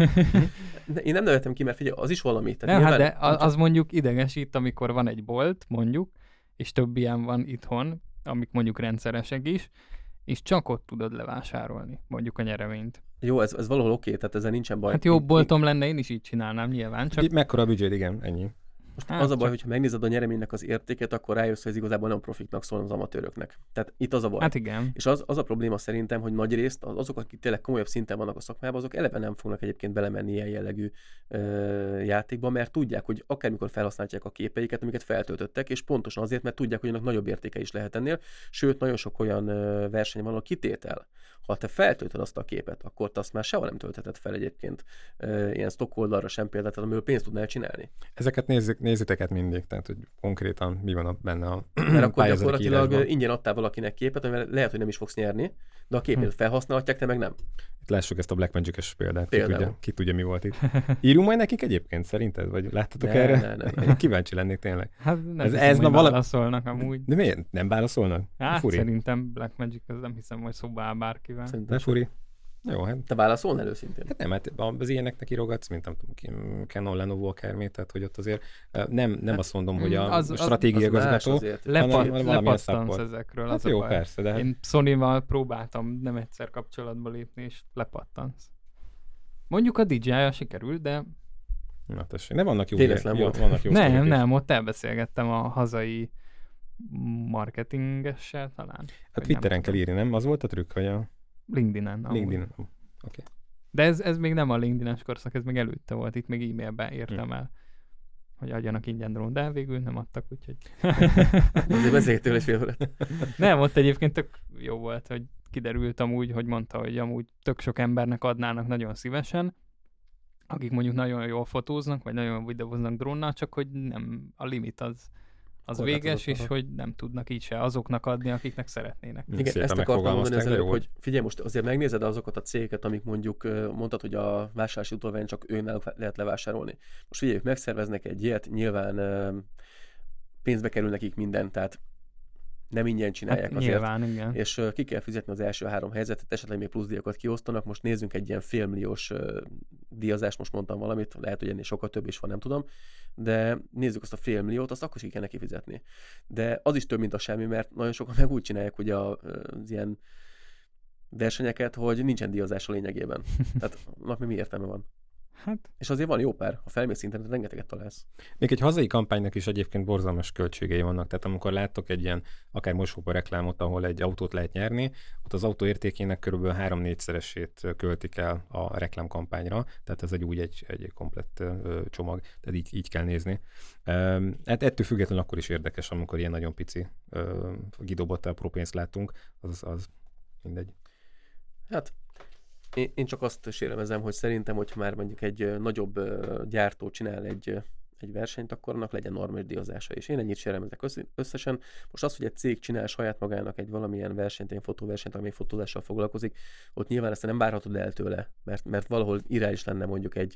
Én nem nevetem ki, mert figyelj, az is valami. Nem, hát de az, az mondjuk idegesít, amikor van egy bolt, mondjuk, és több ilyen van itthon, amik mondjuk rendszeresek is, és csak ott tudod levásárolni, mondjuk a nyereményt. Jó, ez, ez valahol oké, tehát ezzel nincsen baj. Hát jobb boltom lenne, én is így csinálnám nyilván. Csak... Mekkora a büdzséd, igen, ennyi. Most hát az a baj, csak... hogyha megnézed a nyereménynek az értéket, akkor rájössz, hogy ez igazából nem profiknak szól az amatőröknek. Tehát itt az a baj. Hát igen. És az, az a probléma szerintem, hogy nagy részt azok, akik tényleg komolyabb szinten vannak a szakmában, azok eleve nem fognak egyébként belemenni ilyen jellegű ö, játékba, mert tudják, hogy akármikor felhasználják a képeiket, amiket feltöltöttek, és pontosan azért, mert tudják, hogy annak nagyobb értéke is lehet ennél. Sőt, nagyon sok olyan ö, verseny van, a kitétel. Ha te feltöltöd azt a képet, akkor te azt már sehol nem töltheted fel egyébként ö, ilyen stock oldalra sem például, amiből pénzt tudnál csinálni. Ezeket nézzük, nézzétek át mindig, tehát hogy konkrétan mi van benne a mert akkor gyakorlatilag írásban. Ingyen adtál valakinek képet, amivel lehet, hogy nem is fogsz nyerni, de a képét hm. felhasználhatják, te meg nem. Itt lássuk ezt a Blackmagic-es példát, ki tudja, ki tudja, mi volt itt. Írjunk majd nekik egyébként, szerinted? Vagy láttatok ne, erre? Ne, ne, ne. Kíváncsi lennék tényleg. Hát nem ez, hiszem, ez hogy vala... válaszolnak amúgy. De miért? Nem válaszolnak? Hát Furi. szerintem Blackmagic, ez nem hiszem, hogy szóba áll bárkivel. Szerintem ne furi. Jó, hát. Te válaszolnál őszintén? Hát nem, hát az ilyeneknek írogatsz, mint nem tudom, Canon, Lenovo, akármi, tehát hogy ott azért nem, nem hát, azt mondom, hogy a az, stratégia igazgató, lepat, lepattansz ezekről. Hát az jó, persze, de... Én Sony-val próbáltam nem egyszer kapcsolatba lépni, és lepattansz. Mondjuk a dé jé í-a sikerült, de... Na tessék, de vannak jó, Tényleg nem volt. Vannak jó nem, nem, ott elbeszélgettem a hazai marketingessel talán. Hát Twitteren kell írni, nem? Az volt a trükk, hogy a... LinkedIn-en. LinkedIn, oké. Okay. De ez, ez még nem a LinkedIn-es korszak, ez még előtte volt, itt még e-mailben értem el, hogy adjanak ingyen drón, de végül nem adtak, úgyhogy... Azért beszéljük tőle fél órát. Nem, ott egyébként tök jó volt, hogy kiderült amúgy, hogy mondta, hogy amúgy tök sok embernek adnának nagyon szívesen, akik mondjuk nagyon jól fotóznak, vagy nagyon jól videóznak drónnal, csak hogy nem, a limit az, az véges, és hogy nem tudnak így se azoknak adni, akiknek szeretnének. Igen, Szépen ezt akartam mondani az előbb, jól. hogy figyelj, most azért megnézed azokat a cégeket, amik mondjuk mondtad, hogy a vásárlási utóványon csak őnál lehet levásárolni. Most figyeljük, megszerveznek egy ilyet, nyilván pénzbe kerül nekik minden, tehát nem ingyen csinálják Hát, azért. nyilván, igen. És uh, ki kell fizetni az első három helyzetet, esetleg még plusz díjakat kiosztanak. Most nézzünk egy ilyen félmilliós uh, díjazást, most mondtam valamit, lehet, hogy ennél sokkal több is van, nem tudom, de nézzük azt a félmilliót, azt akkor is ki kell neki fizetni. De az is több, mint a semmi, mert nagyon sokan meg úgy csinálják ugye a, az ilyen versenyeket, hogy nincsen díjazás a lényegében. Tehát annak mi értelme van? Hát, És azért van jó pár, ha felmész internetre, rengeteget találsz. Még egy hazai kampánynak is egyébként borzalmas költségei vannak. Tehát amikor láttok egy ilyen akár mosóba reklámot, ahol egy autót lehet nyerni, ott az autó értékének körülbelül három-négyszeresét költik el a reklámkampányra. Tehát ez egy úgy egy, egy komplett ö, csomag. Tehát így, így kell nézni. Um, hát ettől függetlenül akkor is érdekes, amikor ilyen nagyon pici ö, gidobottal própénzt látunk, az, az mindegy. Hát Én, én csak azt sérelmezem, hogy szerintem, hogy már mondjuk egy nagyobb uh, gyártó csinál egy, uh, egy versenyt, akkor annak legyen normális díjazása. És én ennyit sérelmezek összesen. Most az, hogy egy cég csinál saját magának egy valamilyen versenyt, egy fotóversenyt, ami fotózással foglalkozik, ott nyilván ezt nem várhatod el tőle, mert, mert valahol irányos lenne mondjuk egy,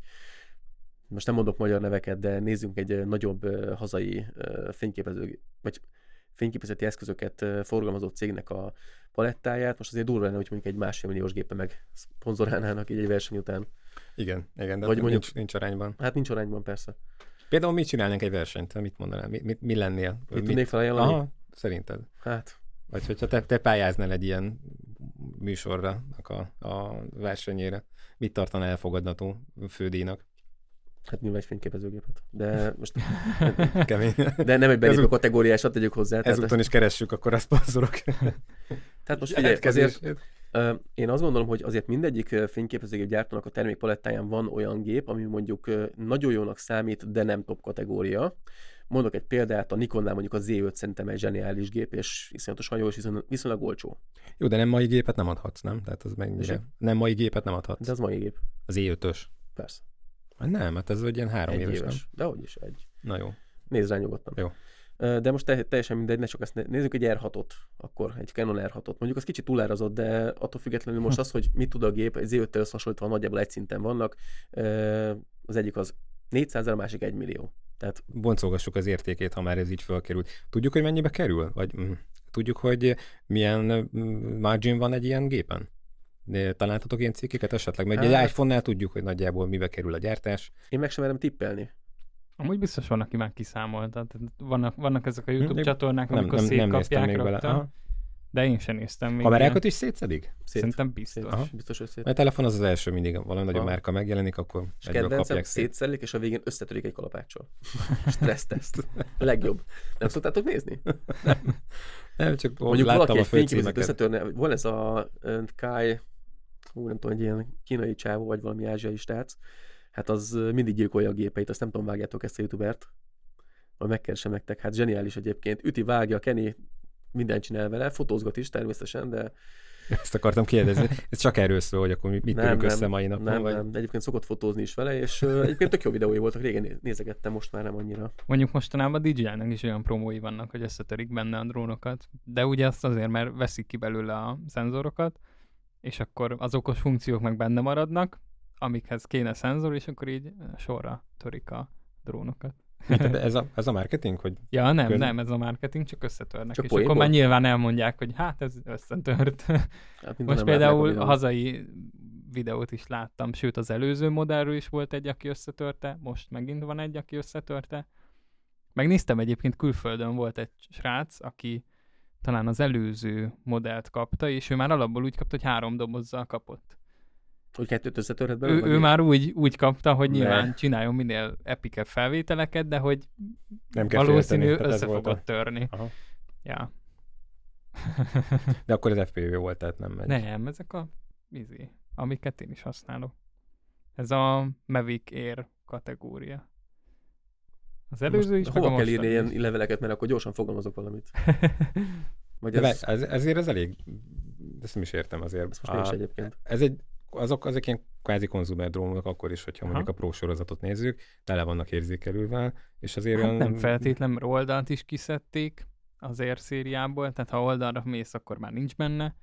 most nem mondok magyar neveket, de nézzünk egy uh, nagyobb uh, hazai uh, fényképező, vagy fényképezeti eszközöket forgalmazó cégnek a palettáját, most azért durva lenne, hogy mondjuk egy másfél milliós gépe meg szponzorálnának így egy verseny után. Igen, igen, de Vagy mondjuk, nincs, nincs arányban. Hát nincs arányban, persze. Például mi csinálnánk egy versenyt? Mit mondanál? Mi, mi, mi lennél? Mit, mit tudnék felajánlani? Aha, szerinted. Hát. Vagy hogyha te, te pályáznál egy ilyen műsorra a, a versenyére, mit tartanál elfogadható fődíjnak? Hát nyilván egy fényképezőgépet. De most... Kemény. De nem egy belépő kategóriásat tegyük hozzá. Ezúton tehát... is keressük akkor a szponzorok. Tehát most figyelj, azért uh, én azt gondolom, hogy azért mindegyik uh, fényképezőgép gyártónak a termékpalettáján van olyan gép, ami mondjuk uh, nagyon jónak számít, de nem top kategória. Mondok egy példát, a Nikonnál mondjuk a zé öt szerintem egy zseniális gép, és iszonyatosan jó, és viszonylag, viszonylag olcsó. Jó, de nem mai gépet nem adhatsz, nem? Tehát az mennyire... Nem mai gépet nem adhatsz. De az mai gép. Az é ötös. Persze. Nem, hát ez egy ilyen három egy éves, éves. nem? De hogy is egy. Na jó. Nézd rá nyugodtan. Jó. De most te, teljesen mindegy, ne csak ezt ne, nézzük egy er hatot, akkor egy Canon er hatot. Mondjuk az kicsit túlárazott, de attól függetlenül most az, hogy mit tud a gép, egy zé öttel összehasonlítva nagyjából egy szinten vannak. Az egyik az négyszázezer, a másik egy millió. Tehát... Boncolgassuk az értékét, ha már ez így fölkerült. Tudjuk, hogy mennyibe kerül? Vagy mm, tudjuk, hogy milyen margin van egy ilyen gépen? Találtatok ilyen cikkeket esetleg? Mert hát... egy iPhone-nál tudjuk, hogy nagyjából mibe kerül a gyártás. Én meg sem merem tippelni. Amúgy biztos van, aki már kiszámolta. Vannak, vannak ezek a YouTube hm, csatornák, nem, amikor nem, szétkapják nem rögtön. De én sem néztem még. Kamerákat is szétszedik? Szét. Szerintem biztos. Szét. Biztos, hogy szét. A telefon az az első, mindig valami nagyobb márka megjelenik, akkor és kedvencem, szétszelik, és a végén összetörik egy kalapáccsal. Stresszteszt. A legjobb. Nem szoktátok nézni? nem. nem, csak mondjuk valaki egy fényképezőt összetörne. Van ez a uh, Kai, úgy nem tudom, egy ilyen kínai csávó, vagy valami ázsiai stác. Hát az mindig gyilkolja a gépeit, azt nem tudom, vágjátok ezt a youtubert. Majd megkeresem nektek, hát zseniális egyébként. Üti, vágja, keni, mindent csinál vele, fotózgat is természetesen, de... Ezt akartam kérdezni. Ez csak erről szól, hogy akkor mit törünk össze mai napon? Nem, vagy? nem, egyébként szokott fotózni is vele, és uh, egyébként tök jó videói voltak, régen nézegettem, most már nem annyira. Mondjuk mostanában a dé jé í-nek is olyan promói vannak, hogy összetörik benne a drónokat, de ugye azt azért, mert veszik ki belőle a szenzorokat, és akkor az okos funkciók meg benne maradnak, amikhez kéne szenzor, és akkor így sorra törik a drónokat. ez, a, ez a marketing? Hogy ja, nem, köz... nem, ez a marketing, csak összetörnek. Csak és akkor már nyilván elmondják, hogy hát ez összetört. Hát most például a hazai videót is láttam, sőt az előző modellről is volt egy, aki összetörte, most megint van egy, aki összetörte. Megnéztem egyébként, külföldön volt egy srác, aki talán az előző modellt kapta, és ő már alapból úgy kapta, hogy három dobozzal kapott. Hogy kettőt összetörhet belőle? Ő, ő már úgy, úgy kapta, hogy nyilván ne. csináljon minél epikebb felvételeket, de hogy nem kell valószínű félteni, össze fogod a... törni. Aha. Ja. De akkor ez ef pé vé volt, tehát nem megy. Nem, ezek a izé, amiket én is használok. Ez a Mavic Air kategória. Az előző is, meg a hova kell írni mostani ilyen is. leveleket, mert akkor gyorsan fogalmazok valamit. Vagy De ez, ez, ezért ez elég, ezt nem is értem azért. ez most én is egyébként. Ez egy, azok, azok ilyen kvázi konzumer drónok akkor is, hogyha Aha. mondjuk a Pro sorozatot nézzük, tele vannak érzékelővel, és azért Hát olyan... nem feltétlen, mert oldalt is kiszedték az Air szériából, tehát ha oldalra mész, akkor már nincs benne.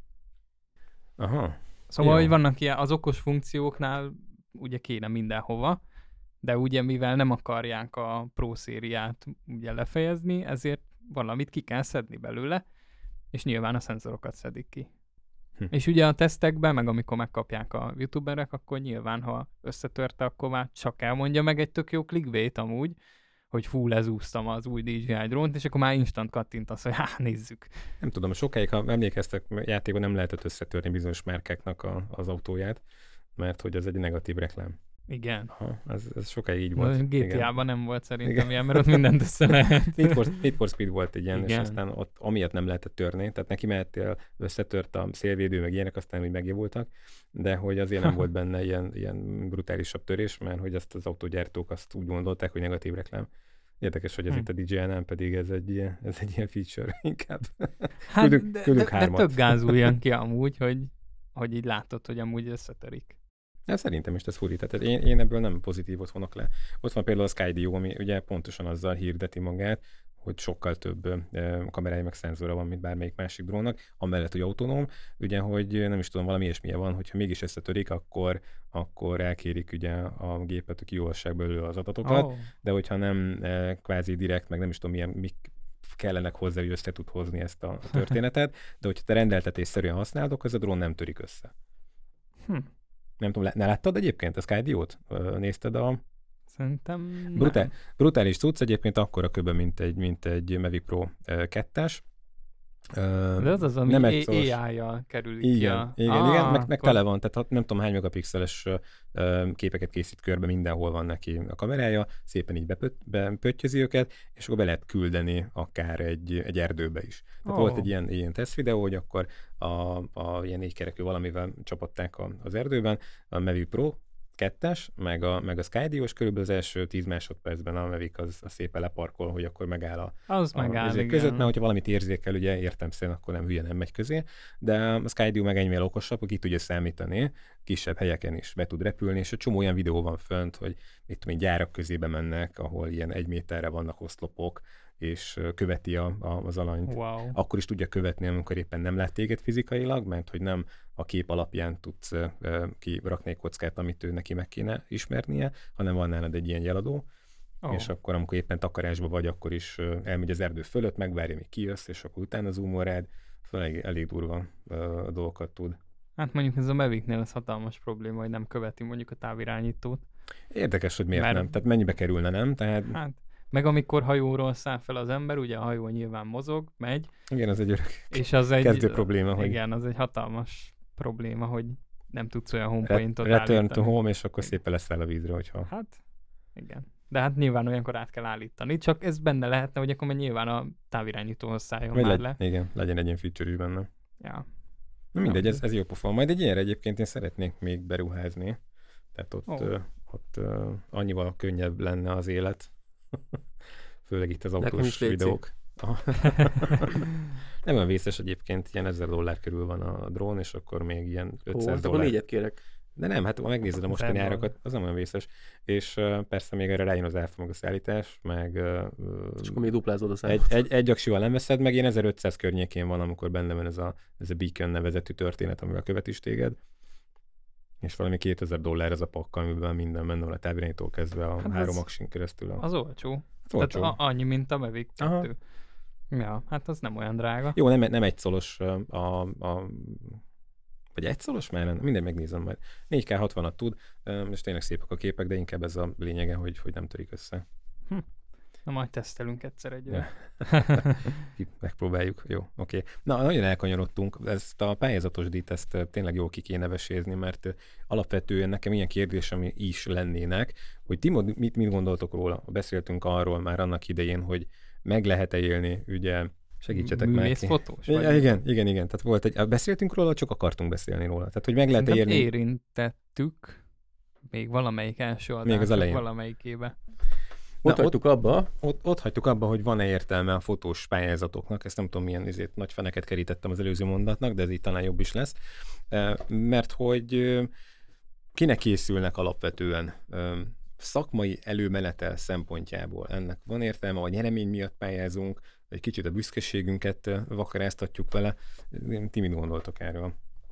Aha. Szóval, Jó. hogy vannak ilyen, az okos funkcióknál ugye kéne mindenhova, de ugye mivel nem akarják a Pro szériát ugye lefejezni, ezért valamit ki kell szedni belőle, és nyilván a szenzorokat szedik ki. Hm. És ugye a tesztekben, meg amikor megkapják a youtuberek, akkor nyilván, ha összetörte, akkor már csak elmondja meg egy tök jó clickbait amúgy, hogy fú, lezúztam az új dé jé i drónt, és akkor már instant kattintasz, hogy há, nézzük. Nem tudom, sokáig, ha emlékeztek, játékban nem lehetett összetörni bizonyos márkáknak a, az autóját, mert hogy az egy negatív reklám. Igen. Aha, ez, ez sokáig így A volt. gé té á-ban nem volt szerintem Igen. ilyen, mert ott mindent össze lehet. Need for, Need for Speed volt egy ilyen, és Igen. aztán ott amiatt nem lehetett törni, tehát neki mehettél, összetört a szélvédő, meg ilyenek, aztán úgy megjavultak, de hogy azért nem volt benne ilyen, ilyen brutálisabb törés, mert hogy azt az autógyártók azt úgy gondolták, hogy negatív reklám. Érdekes, hogy ez Hm. itt a dé jé i-nál pedig ez egy, ilyen- ez egy ilyen feature inkább. Hát, Küldünk- de, küldünk de, de hármat. tök gázul jön ki amúgy, hogy, hogy így látod, hogy amúgy összetörik. Ja, szerintem is ez furi. Tehát én, én ebből nem pozitívot vonok le. Ott van például a Skydio, ami ugye pontosan azzal hirdeti magát, hogy sokkal több ö, kamerája meg szenzora van, mint bármelyik másik drónnak, amellett, hogy autonóm, ugye, hogy nem is tudom, valami ilyesmilyen van, hogyha mégis összetörik, akkor, akkor elkérik ugye a gépet, hogy kiolvassák belőle az adatokat, Oh. de hogyha nem e, kvázi direkt, meg nem is tudom, milyen, mik kellenek hozzá, hogy össze tud hozni ezt a történetet, de hogyha te rendeltetésszerűen használod, akkor ez a drón nem törik össze. Hm. Nem tudom, ne láttad egyébként a Skydio-t? Ö, Nézted a Szerintem brutál, nem. brutális cucc, egyébként akkora köbe, mint egy, mint egy Mavic Pro kettes. De az az, ami nem á egyszoros. i-jal kerül ki Igen, a... igen, ah, igen, meg, meg akkor- tele van, tehát ha- nem tudom hány megapixeles ö, képeket készít körbe, mindenhol van neki a kamerája, szépen így bepöt, bepöttyözi őket, és akkor be lehet küldeni akár egy, egy erdőbe is. Tehát Ó. volt egy ilyen, ilyen teszt videó, hogy akkor a, a ilyen négykerekű valamivel csapatták a, az erdőben, a Mavic Pro kettes, meg a, meg a Skydio, és körülbelül az első tíz másodpercben a Mavic az, az szépen leparkol, hogy akkor megáll a, Az a megáll, izék igen. között, mert hogyha valamit érzékel, ugye értelemszerűen akkor nem hülye nem megy közé, de a Skydio meg ennyivel okosabb, hogy ki tudja számítani, kisebb helyeken is be tud repülni, és egy csomó olyan videó van fönt, hogy mit tudom én, gyárak közébe mennek, ahol ilyen egy méterre vannak oszlopok, és ö, követi a, a, az alanyt. Wow. Akkor is tudja követni, amikor éppen nem lát téged fizikailag, mert hogy nem a kép alapján tudsz ö, ö, kirakni egy kockát, amit ő neki meg kéne ismernie, hanem van nálad egy ilyen jeladó, Oh. és akkor, amikor éppen takarásba vagy, akkor is ö, elmegy az erdő fölött, megvárja, míg kijössz, és akkor utána zoomol rád, szóval elég, elég durva ö, dolgokat tud. Hát mondjuk ez a Mavicnél az hatalmas probléma, hogy nem követi mondjuk a távirányítót. Érdekes, hogy miért Mert- nem. Tehát mennyibe kerülne, nem? Tehát Hát, meg amikor hajóról száll fel az ember, ugye a hajó nyilván mozog, megy, igen, az egy örök és az egy... kezdő probléma, hogy Igen, az egy hatalmas probléma, hogy nem tudsz olyan re- homepointot return to állítani. home, és akkor szépen leszáll a vízre, hogyha... Hát, igen. De hát nyilván olyankor át kell állítani, csak ez benne lehetne, hogy akkor már nyilván a távirányítóhoz szálljon Vagy már legy- le. igen, legyen egy ilyen feature is benne. Ja. Na mindegy, ez, ez jó pofa. Majd egy ilyenre egyébként én szeretnék még beruházni. Tehát ott, Ó. ö, ott ö, annyival könnyebb lenne az élet. Főleg itt az Nekem autós is létszik. videók. Aha. Nem olyan vészes egyébként, ilyen ezer dollár körül van a drón, és akkor még ilyen Ó, ötszáz hát akkor dollár. négyet kérek. De nem, hát ha megnézed a mostani Ezer árakat, az nem olyan vészes. És uh, persze még erre rájön az áfa meg a szállítás, meg uh, És akkor még duplázod a egy, számot. egy, egy aksival nem veszed, meg én ezerötszáz környékén van, amikor benne van ez a, ez a Beacon nevezetű történet, amivel követ is téged. És valami kétezer dollár ez a pakka, amiben minden benne van a távirányítól kezdve a Hát három ez- aksin keresztül. A... Az olcsó. Hát olcsó. Tehát a, annyi, mint a Mavic Aha. kettő. Ja, hát az nem olyan drága. Jó, nem, nem egy szolos ö, a, a vagy egy szolos már? Nem, mindegy, megnézem majd. négy ká hatvanat tud, ö, és tényleg szépek a képek, de inkább ez a lényege, hogy, hogy nem törik össze. Na majd tesztelünk egyszer egy Ja. olyan. Itt megpróbáljuk. Jó, oké. Na, nagyon elkanyarodtunk. Ezt a pályázatos díjt ezt ö, tényleg jól ki kéne vesézni, mert ö, alapvetően nekem ilyen kérdésem is lennének, hogy ti mod- mit, mit gondoltok róla? Beszéltünk arról már annak idején, hogy meg lehet-e élni, ugye, segítsetek már ki. Művészfotós? Ja, vagy? igen, igen, igen. Tehát volt egy, beszéltünk róla, csak akartunk beszélni róla. Tehát, hogy meg lehet Szerintem élni. érintettük még valamelyik első adások Még az elején. valamelyikébe. Ott hagytuk abba. Ott, ott hagytuk abba, hogy van-e értelme a fotós pályázatoknak. Ezt nem tudom, milyen izét, nagy feneket kerítettem az előző mondatnak, de ez így talán jobb is lesz. Mert hogy kinek készülnek alapvetően szakmai előmenetel szempontjából. Ennek van értelme, a nyeremény miatt pályázunk, egy kicsit a büszkeségünket vakaráztatjuk vele. Ti mit gondoltok erről?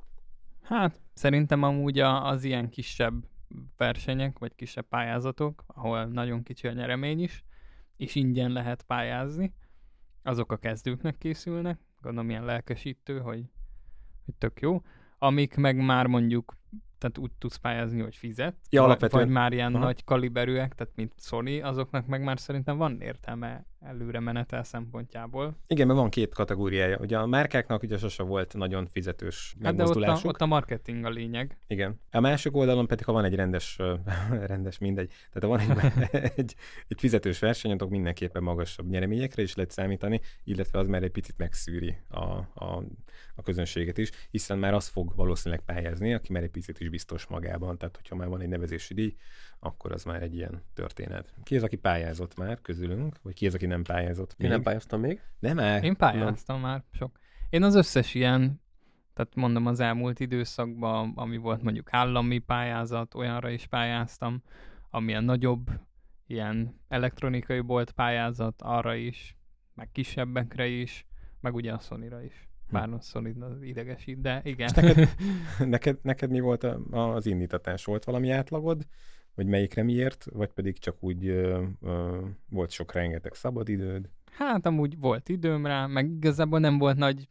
Hát szerintem amúgy az ilyen kisebb versenyek, vagy kisebb pályázatok, ahol nagyon kicsi a nyeremény is, és ingyen lehet pályázni, azok a kezdőknek készülnek, gondolom ilyen lelkesítő, hogy, hogy tök jó, amik meg már mondjuk, tehát úgy tudsz pályázni, hogy fizet, ja, vagy, alapvetően. vagy már ilyen Aha. nagy kaliberűek, tehát mint Sony, azoknak meg már szerintem van értelme előre menetel szempontjából. Igen, mert van két kategóriája. Ugye a márkáknak ugye sose volt nagyon fizetős Hát de ott a, megmozdulásuk. ott a marketing a lényeg. Igen. A másik oldalon pedig, ha van egy rendes, rendes mindegy, tehát ha van egy, egy, egy fizetős verseny, akkor mindenképpen magasabb nyereményekre is lehet számítani, illetve az már egy picit megszűri a, a, a közönséget is, hiszen már az fog valószínűleg pályázni, aki már egy picit is biztos magában, tehát hogyha már van egy nevezési díj, akkor az már egy ilyen történet. Ki az, aki pályázott már közülünk, vagy ki az, aki nem pályázott Én még? nem pályáztam még. Nem már? Én pályáztam már sok. Én az összes ilyen, tehát mondom az elmúlt időszakban, ami volt mondjuk állami pályázat, olyanra is pályáztam, amilyen nagyobb, ilyen elektronikai bolt pályázat, arra is, meg kisebbekre is, meg ugye a Sonyra is. Bár a Sony az idegesít, de igen. Neked, neked, neked mi volt a, az indítatás? Volt valami átlagod? Vagy melyikre miért? Vagy pedig csak úgy ö, ö, volt sok rengeteg szabadidőd? Hát amúgy volt időm rá, meg igazából nem volt nagy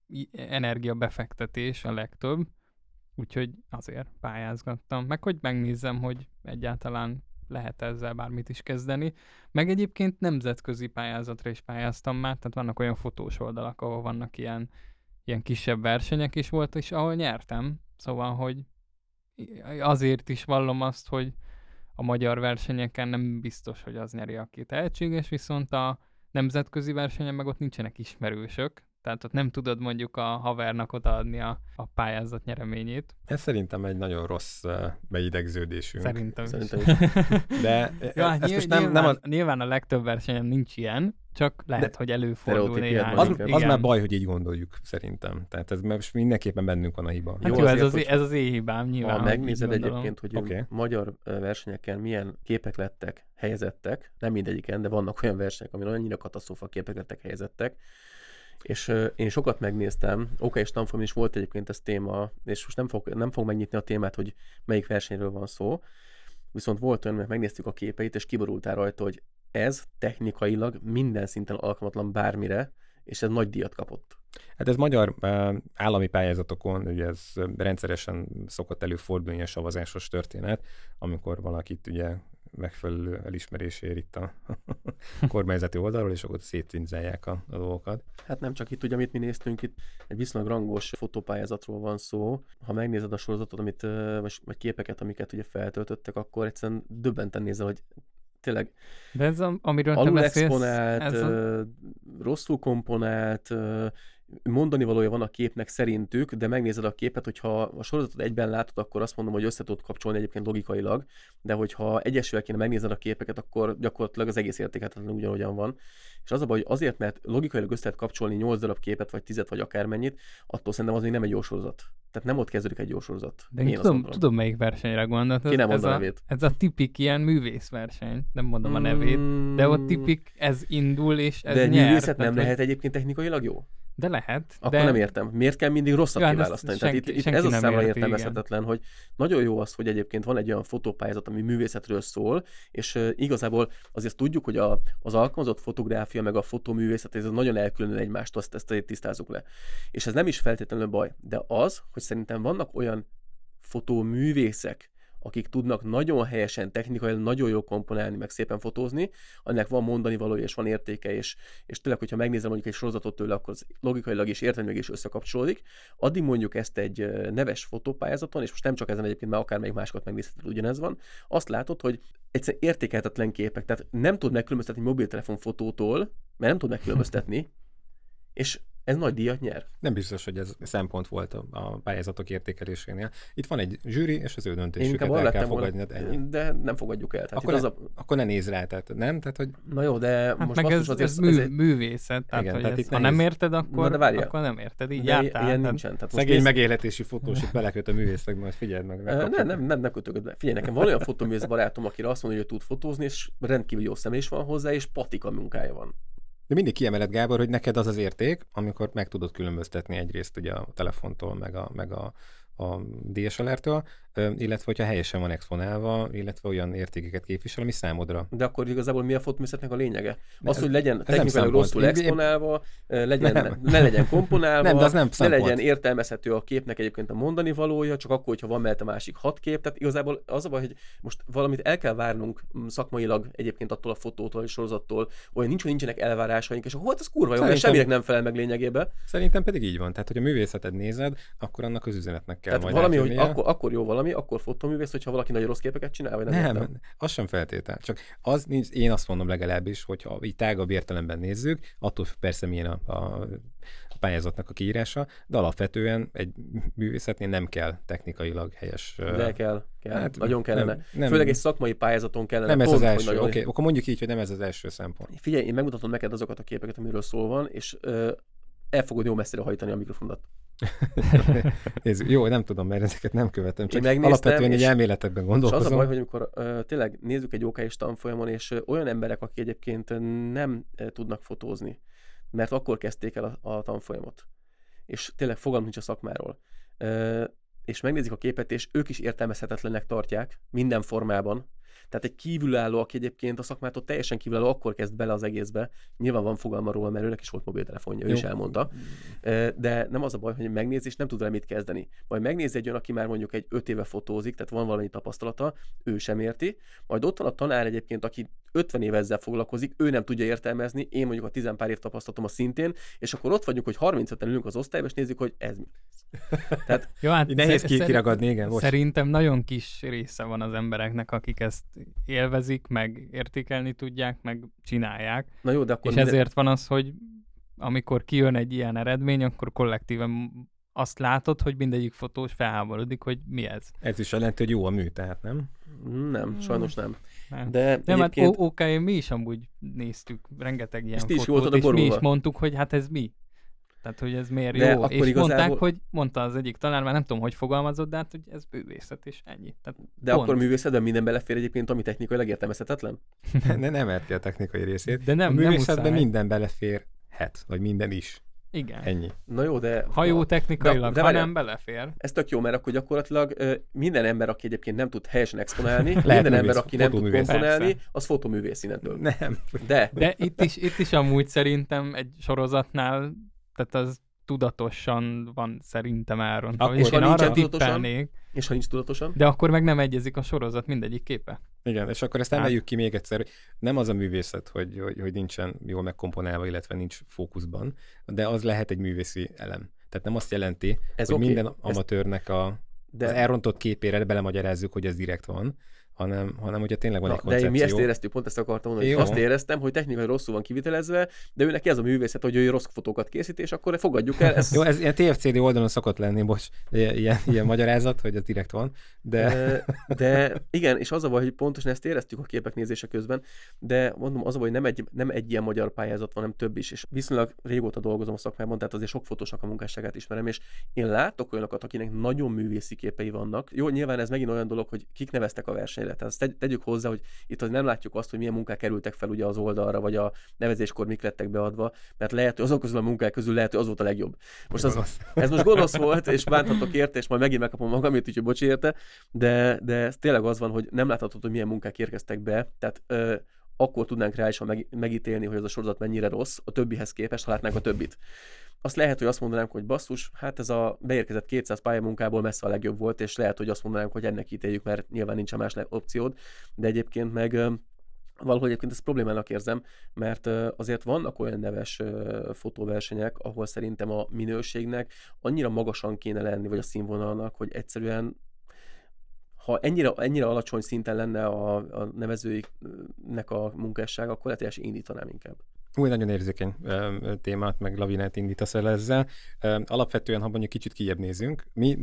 energiabefektetés a legtöbb, úgyhogy azért pályázgattam. Meg hogy megnézzem, hogy egyáltalán lehet ezzel bármit is kezdeni. Meg egyébként nemzetközi pályázatra is pályáztam már, tehát vannak olyan fotós oldalak, ahol vannak ilyen, ilyen kisebb versenyek is volt, és ahol nyertem. Szóval, hogy azért is vallom azt, hogy a magyar versenyeken nem biztos, hogy az nyeri, aki tehetséges, viszont a nemzetközi versenyen meg ott nincsenek ismerősök, tehát ott nem tudod mondjuk a havernak odaadni a, a pályázat nyereményét. Ez szerintem egy nagyon rossz uh, beidegződésünk. Szerintem, Szerintem is. De ja, ezt nyilv, most nem, nyilván, nem az... nyilván a legtöbb versenyen nincs ilyen, csak lehet, De hogy előfordul sztereotípiát néhány. Az, mondjuk, az már baj, hogy így gondoljuk, szerintem. Tehát ez most mindenképpen bennünk van a hiba. Hát Jó, jó, ez azért, az, hogy- ez az én hibám, nyilván. Ha hogy így megnézed gondolom. egyébként, hogy Oké. okay. magyar ö, versenyeken milyen képek lettek, helyezettek, nem mindegyiken, de vannak olyan versenyek, amin annyira katasztrófa képek lettek, helyezettek, és ö, én sokat megnéztem, OK és tanfolyamon is volt egyébként ez téma, és most nem fog, nem fog megnyitni a témát, hogy melyik versenyről van szó, viszont volt olyan, mert megnéztük a képeit, és kiborultál rajta, hogy ez technikailag minden szinten alkalmatlan bármire, és ez nagy díjat kapott. Hát ez magyar uh, állami pályázatokon, ugye ez rendszeresen szokott előfordulni a savazásos történet, amikor valakit ugye megfelelő elismerés ér itt a kormányzati oldalról, és akkor szétcinzálják a, a dolgokat. Hát nem csak itt, ugye, amit mi néztünk, itt egy viszonylag rangos fotópályázatról van szó. Ha megnézed a sorozatot, amit, vagy, vagy képeket, amiket ugye feltöltöttek, akkor egyszerűen döbbenten nézel, hogy tényleg De ez, a, amiről te alul beszélsz, exponált, ez a... ö, rosszul komponált, ö, mondani valója van a képnek szerintük, de megnézed a képet, hogyha a sorozatot egyben látod, akkor azt mondom, hogy össze tudod kapcsolni egyébként logikailag, de hogyha egyesével kéne megnézned a képeket, akkor gyakorlatilag az egész értékelhetetlen ugyanolyan van. És az a baj, hogy azért, mert logikailag össze lehet kapcsolni nyolc darab képet, vagy tízet, vagy akármennyit, attól szerintem az még nem egy jó sorozat. Tehát nem ott kezdődik egy jó sorozat. De én tudom, tudom, melyik versenyre gondolt. Ki nem ez, mondta a a, nevét. ez a tipik ilyen művészverseny, nem mondom a nevét, de ott tipik ez indul, és ez De nyer. művészet nem Tehát, lehet egyébként technikailag jó? De lehet. Akkor de... nem értem. Miért kell mindig rosszat Ja, hát kiválasztani? ezt Tehát senki- itt, itt senki ez a nem számomra érti, értelmezhetetlen, hogy nagyon jó az, hogy egyébként van egy olyan fotópályázat, ami művészetről szól, és uh, igazából azért tudjuk, hogy a, az alkalmazott fotográfia meg a fotóművészet, ez nagyon elkülönül egymástól, ezt, ezt tisztázzuk le. És ez nem is feltétlenül baj, de az, hogy szerintem vannak olyan fotóművészek, akik tudnak nagyon helyesen, technikailag nagyon jól komponálni, meg szépen fotózni, annak van mondani valója, és van értéke, és, és tényleg, hogyha megnézem mondjuk egy sorozatot tőle, akkor az logikailag és értelmileg is összekapcsolódik. Addig mondjuk ezt egy neves fotópályázaton, és most nem csak ezen egyébként, mert akármelyik másokat megnézheted, ugyanez van, azt látod, hogy egyszerűen értékelhetetlen képek, tehát nem tud megkülönböztetni mobiltelefon fotótól, mert nem tud megkülönböztetni, és ez nagy díjat nyer. Nem biztos, hogy ez szempont volt a, a pályázatok értékelésénél. Itt van egy zsűri, és az ő döntésüket el kell fogadni. Volna, de nem fogadjuk el. Tehát akkor, ne, a... akkor ne nézz rá, tehát nem? Tehát, hogy... Na jó, de hát most meg ez, azért, ez mű, azért... művészet, tehát, igen, hogy tehát ezt, ha nehéz. nem érted, akkor, akkor nem érted, így jártál. Ilyen nincsen. Tehát szegény néz... megélhetési fotós itt beleköt a művészekbe, majd figyeld meg. Nem, nem, nem, nem, nem kötögöd be. Figyelj, nekem van olyan fotóművész barátom, akire azt mondja, hogy ő tud fotózni, és rendkívül jó személy is van hozzá, és patika munkája van. De mindig kiemeled, Gábor, hogy neked az az érték, amikor meg tudod különböztetni egyrészt ugye a telefontól, meg a, meg a, a dé es el er-től, illetve hogyha helyesen van exponálva, illetve olyan értékeket képvisel, ami számodra. De akkor igazából mi a fotóművészetnek a lényege? Az, ez, hogy legyen technikailag rosszul exponálva, legyen, nem. ne legyen komponálva, nem, de az nem ne legyen értelmezhető a képnek egyébként a mondani valója, csak akkor, hogyha van mellette másik hat kép. Tehát igazából az a baj, hogy most valamit el kell várnunk szakmailag egyébként attól a fotótól és sorozattól, olyan nincs, hogy nincsenek elvárásaink, és akkor hát az kurva jó, mert semminek nem felel meg lényegében. Szerintem pedig így van. Tehát, hogy a művészetet nézed, akkor annak az üzenetnek kell tehát majd valami, hogy akkor, akkor jó valami, akkor fotóművész, hogyha valaki nagyon rossz képeket csinál, vagy nem? Nem, nem. az sem feltétel. Csak az nincs, én azt mondom legalábbis, hogyha így tágabb értelemben nézzük, attól persze milyen a, a, a pályázatnak a kiírása, de alapvetően egy művészetnél nem kell technikailag helyes. De kell, kell. Hát, nagyon kellene. Nem, nem, Főleg egy szakmai pályázaton kellene. Nem ez pont, az első. nagyon... Oké, okay, akkor mondjuk így, hogy nem ez az első szempont. Figyelj, én megmutatom neked azokat a képeket, amiről szó van, és ö, el fogod jó messzire hajtani a mikrofonat. Nézzük, jó, nem tudom, mert ezeket nem követem, csak alapvetően egy elméletekben gondolkozom. És az a baj, hogy amikor uh, tényleg nézzük egy okáis tanfolyamon, és uh, olyan emberek, akik egyébként nem uh, tudnak fotózni, mert akkor kezdték el a, a tanfolyamot, és tényleg fogalmuk nincs a szakmáról, uh, és megnézik a képet, és ők is értelmezhetetlennek tartják minden formában. Tehát egy kívülálló, aki egyébként a szakmától teljesen kívülálló, akkor kezd bele az egészbe. Nyilván van fogalma róla, mert őnek is volt mobiltelefonja, ő Jó. is elmondta. De nem az a baj, hogy megnézi, és nem tud vele mit kezdeni. Majd megnézi egy olyan, aki már mondjuk egy öt éve fotózik, tehát van valami tapasztalata, ő sem érti. Majd ott van a tanár egyébként, aki ötven éve ezzel foglalkozik, ő nem tudja értelmezni, én mondjuk a tizenpár év tapasztalatom a szintén, és akkor ott vagyunk, hogy harmincöten ülünk az osztályba, és nézzük, hogy ez mi. Tehát, Jó, hát nehéz szer- ki- kiragadni, igen. Most. Szerintem nagyon kis része van az embereknek, akik ezt élvezik, meg értékelni tudják, meg csinálják. Na jó, de akkor és minden... ezért van az, hogy amikor kijön egy ilyen eredmény, akkor kollektíven azt látod, hogy mindegyik fotós felháborodik, hogy mi ez. Ez is jelenti, hogy jó a mű, tehát nem? Nem, sajnos nem. Nem, de nem egyébként... hát oké, mi is amúgy néztük rengeteg ilyen és fotót, és mi is mondtuk, hogy hát ez mi. Tehát, hogy ez miért de jó. És igazából... mondták, hogy mondta az egyik tanár, már nem tudom, hogy fogalmazott, de hát, hogy ez művészet, és ennyi. Tehát de pont. Akkor művészetben minden belefér egyébként, ami technikailag értelmezhetetlen? ne, nem ért ki a technikai részét. De nem, a művészetben nem minden beleférhet, vagy minden is. Igen. Ennyi. Na jó, de... Ha jó technikailag, de, de ha nem belefér. Ez tök jó, mert akkor gyakorlatilag uh, minden ember, aki egyébként nem tud helyesen exponálni, minden művész, ember, aki nem tud komponálni, az fotoművész innentől. Nem. De, de itt, is, itt is amúgy szerintem egy sorozatnál, tehát az tudatosan van szerintem elrontva. Akkor, és ha én arra tudatosan, és ha nincs tudatosan? De akkor meg nem egyezik a sorozat mindegyik képe. Igen, és akkor ezt emeljük ki még egyszer, hogy nem az a művészet, hogy, hogy, hogy nincsen jól megkomponálva, illetve nincs fókuszban, de az lehet egy művészi elem. Tehát nem azt jelenti, ez hogy okay. minden amatőrnek a, de... az elrontott képére belemagyarázzuk, hogy ez direkt van, hanem, hanem hogyha tényleg van Na, egy koncepció. De mi ezt éreztük, pont ezt akartam mondani, hogy azt éreztem, hogy technikai rosszul van kivitelezve, de őnek ez a művészet, hogy ő rossz fotókat készít, és akkor fogadjuk el. Ezt... Jó, ez ilyen té ef cé dé oldalon szokott lenni, bocs, ilyen, ilyen magyarázat, hogy ez direkt van, de... de igen, és az a baj, hogy pontosan ezt éreztük a képek nézése közben, de mondom, az a baj, hogy nem egy, nem egy ilyen magyar pályázat van, hanem több is, és viszonylag régóta dolgozom a szakmában, tehát azért sok fotósnak a munkásságát ismerem, és én látok olyanokat, akinek nagyon művészi képei vannak. Jó, nyilván ez megint olyan dolog, hogy kik neveztek a versenyre. Tehát azt tegyük hozzá, hogy itt az nem látjuk azt, hogy milyen munkák kerültek fel ugye az oldalra, vagy a nevezéskor mik lettek beadva, mert lehet, hogy azok közül a munkák közül lehet, hogy az volt a legjobb. Most az, ez most gonosz volt, és bánthatok érte, és majd megint megkapom magamét, úgyhogy bocs érte, de, de ez tényleg az van, hogy nem láthatod, hogy milyen munkák érkeztek be, tehát ö, akkor tudnánk reálisan meg, megítélni, hogy az a sorozat mennyire rossz a többihez képest, ha látnánk a többit. Azt lehet, hogy azt mondanánk, hogy basszus, hát ez a beérkezett kétszáz pályamunkából messze a legjobb volt, és lehet, hogy azt mondanánk, hogy ennek ítéljük, mert nyilván nincsen más opciód, de egyébként meg valahogy egyébként ezt problémának érzem, mert azért vannak olyan neves fotóversenyek, ahol szerintem a minőségnek annyira magasan kéne lenni, vagy a színvonalnak, hogy egyszerűen ha ennyire, ennyire alacsony szinten lenne a, a nevezőiknek a munkássága, akkor lehet, hogy indítanám inkább. Új, nagyon érzékeny ö, témát, meg lavinát indítasz el ezzel. Ö, alapvetően, ha mondjuk kicsit kijebb nézünk, mi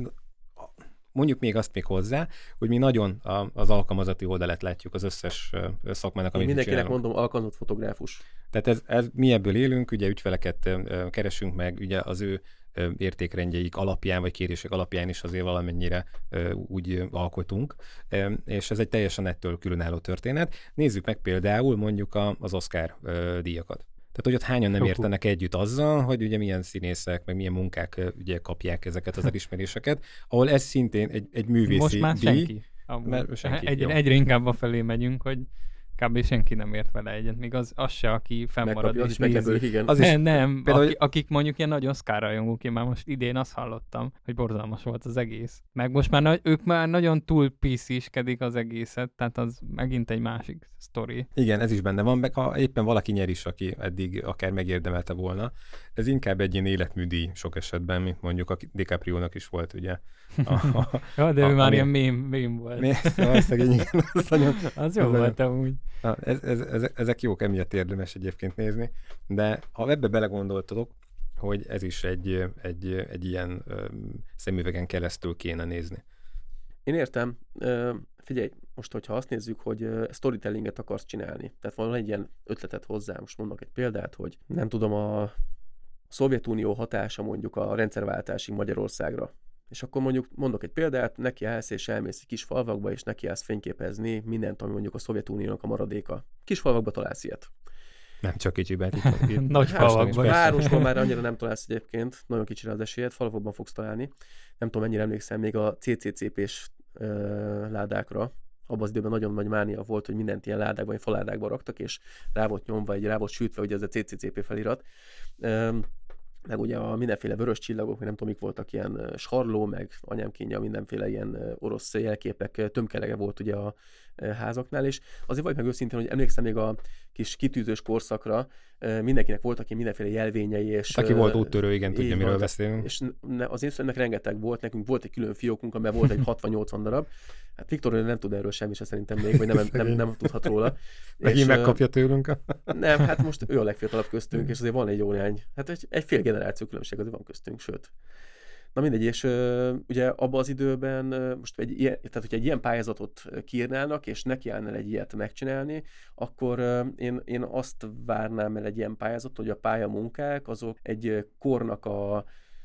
mondjuk még azt még hozzá, hogy mi nagyon a, az alkalmazati oldalát látjuk az összes ö, szakmának, amit mindenkinek csinálunk. mondom, alkalmazott fotográfus. Tehát ez, ez, mi ebből élünk, ugye ügyfeleket ö, keresünk meg, ugye az ő ö, értékrendjeik alapján, vagy kérések alapján is azért valamennyire ö, úgy ö, alkotunk, ö, és ez egy teljesen ettől különálló történet. Nézzük meg például mondjuk a, az Oscar ö, díjakat. Tehát, hogy ott hányan nem értenek együtt azzal, hogy ugye milyen színészek, meg milyen munkák ö, ugye kapják ezeket az elismeréseket, ahol ez szintén egy, egy művészi Most már díj. senki. Mert senki, Egy, jó. egyre inkább a felé megyünk, hogy kb. Senki nem ért vele egyet. Még az, az se, aki fennmarad Megkapja, az és is nézi. meglepődik, igen. Az is, Nem, nem. például- Aki, akik mondjuk ilyen nagy Oscar rajongók, én már most idén azt hallottam, hogy borzalmas volt az egész. Meg most már na- ők már nagyon túl pé cé-skedik az egészet, tehát az megint egy másik sztori. Igen, ez is benne van, meg ha éppen valaki nyer is, aki eddig akár megérdemelte volna, ez inkább egy ilyen életműdíj sok esetben, mint mondjuk a DiCaprio-nak is volt, ugye. A, a, Ja, de A- ő már ami- ilyen mém, mém volt. mi, a szegény, igen, az nagyon, Az jó az volt amúgy. na, ez, ez, ez, ezek jók, emiatt érdemes egyébként nézni, de ha ebbe belegondoltatok, hogy ez is egy, egy, egy ilyen öm, szemüvegen keresztül kéne nézni. Én értem. Ö, Figyelj, most hogyha azt nézzük, hogy ö, storytellinget akarsz csinálni, tehát van egy ilyen ötletet hozzá, most mondok egy példát, hogy nem tudom, a Szovjetunió hatása mondjuk a rendszerváltásig Magyarországra. És akkor mondjuk mondok egy példát, nekiállsz és elmész egy kis falvakba, és nekiállsz fényképezni mindent, ami mondjuk a Szovjetuniónak a maradéka. Kis falvakba találsz ilyet. Nem csak kicsiben. Itt, itt, Nagy Városban is falvakban. persze. Városban már annyira nem találsz egyébként, nagyon kicsire az esélyed, falvakban fogsz találni. Nem tudom, mennyire emlékszem még a cé cé cé pés ö, ládákra. Abban az időben nagyon nagy mánia volt, hogy mindent ilyen ládákban, vagy faládákban raktak, és rá volt nyomva, vagy rá volt sütve, hogy ez a cé cé cé pé felirat. Ö, meg ugye a mindenféle vörös csillagok, meg nem tudom, mik voltak, ilyen sarló, meg anyám kínja, mindenféle ilyen orosz jelképek, tömkelege volt ugye a házaknál, és azért vagy meg őszintén, hogy emlékszem még a kis kitűzős korszakra, mindenkinek voltak ilyen mindenféle jelvényei, és... Aki volt úttörő, igen, tudja, így miről van, beszélünk. És ne, az én szülemnek rengeteg volt, nekünk volt egy külön fiókunk, amiben volt egy hatvan-nyolcvan darab. Hát Viktor nem tud erről semmi se szerintem még, vagy nem, nem, nem tudhat róla. Megint megkapja tőlünk. A... Nem, hát most ő a legfiatalabb köztünk, és azért van egy jó néhány, hát egy, egy fél generáció különbség azért van köztünk, sőt. Na mindegy, és uh, ugye abban az időben uh, most egy ilyen, tehát hogyha egy ilyen pályázatot kiírnának, és nekiállnál egy ilyet megcsinálni, akkor uh, én, én azt várnám el egy ilyen pályázatot, hogy a pályamunkák azok egy uh, kornak a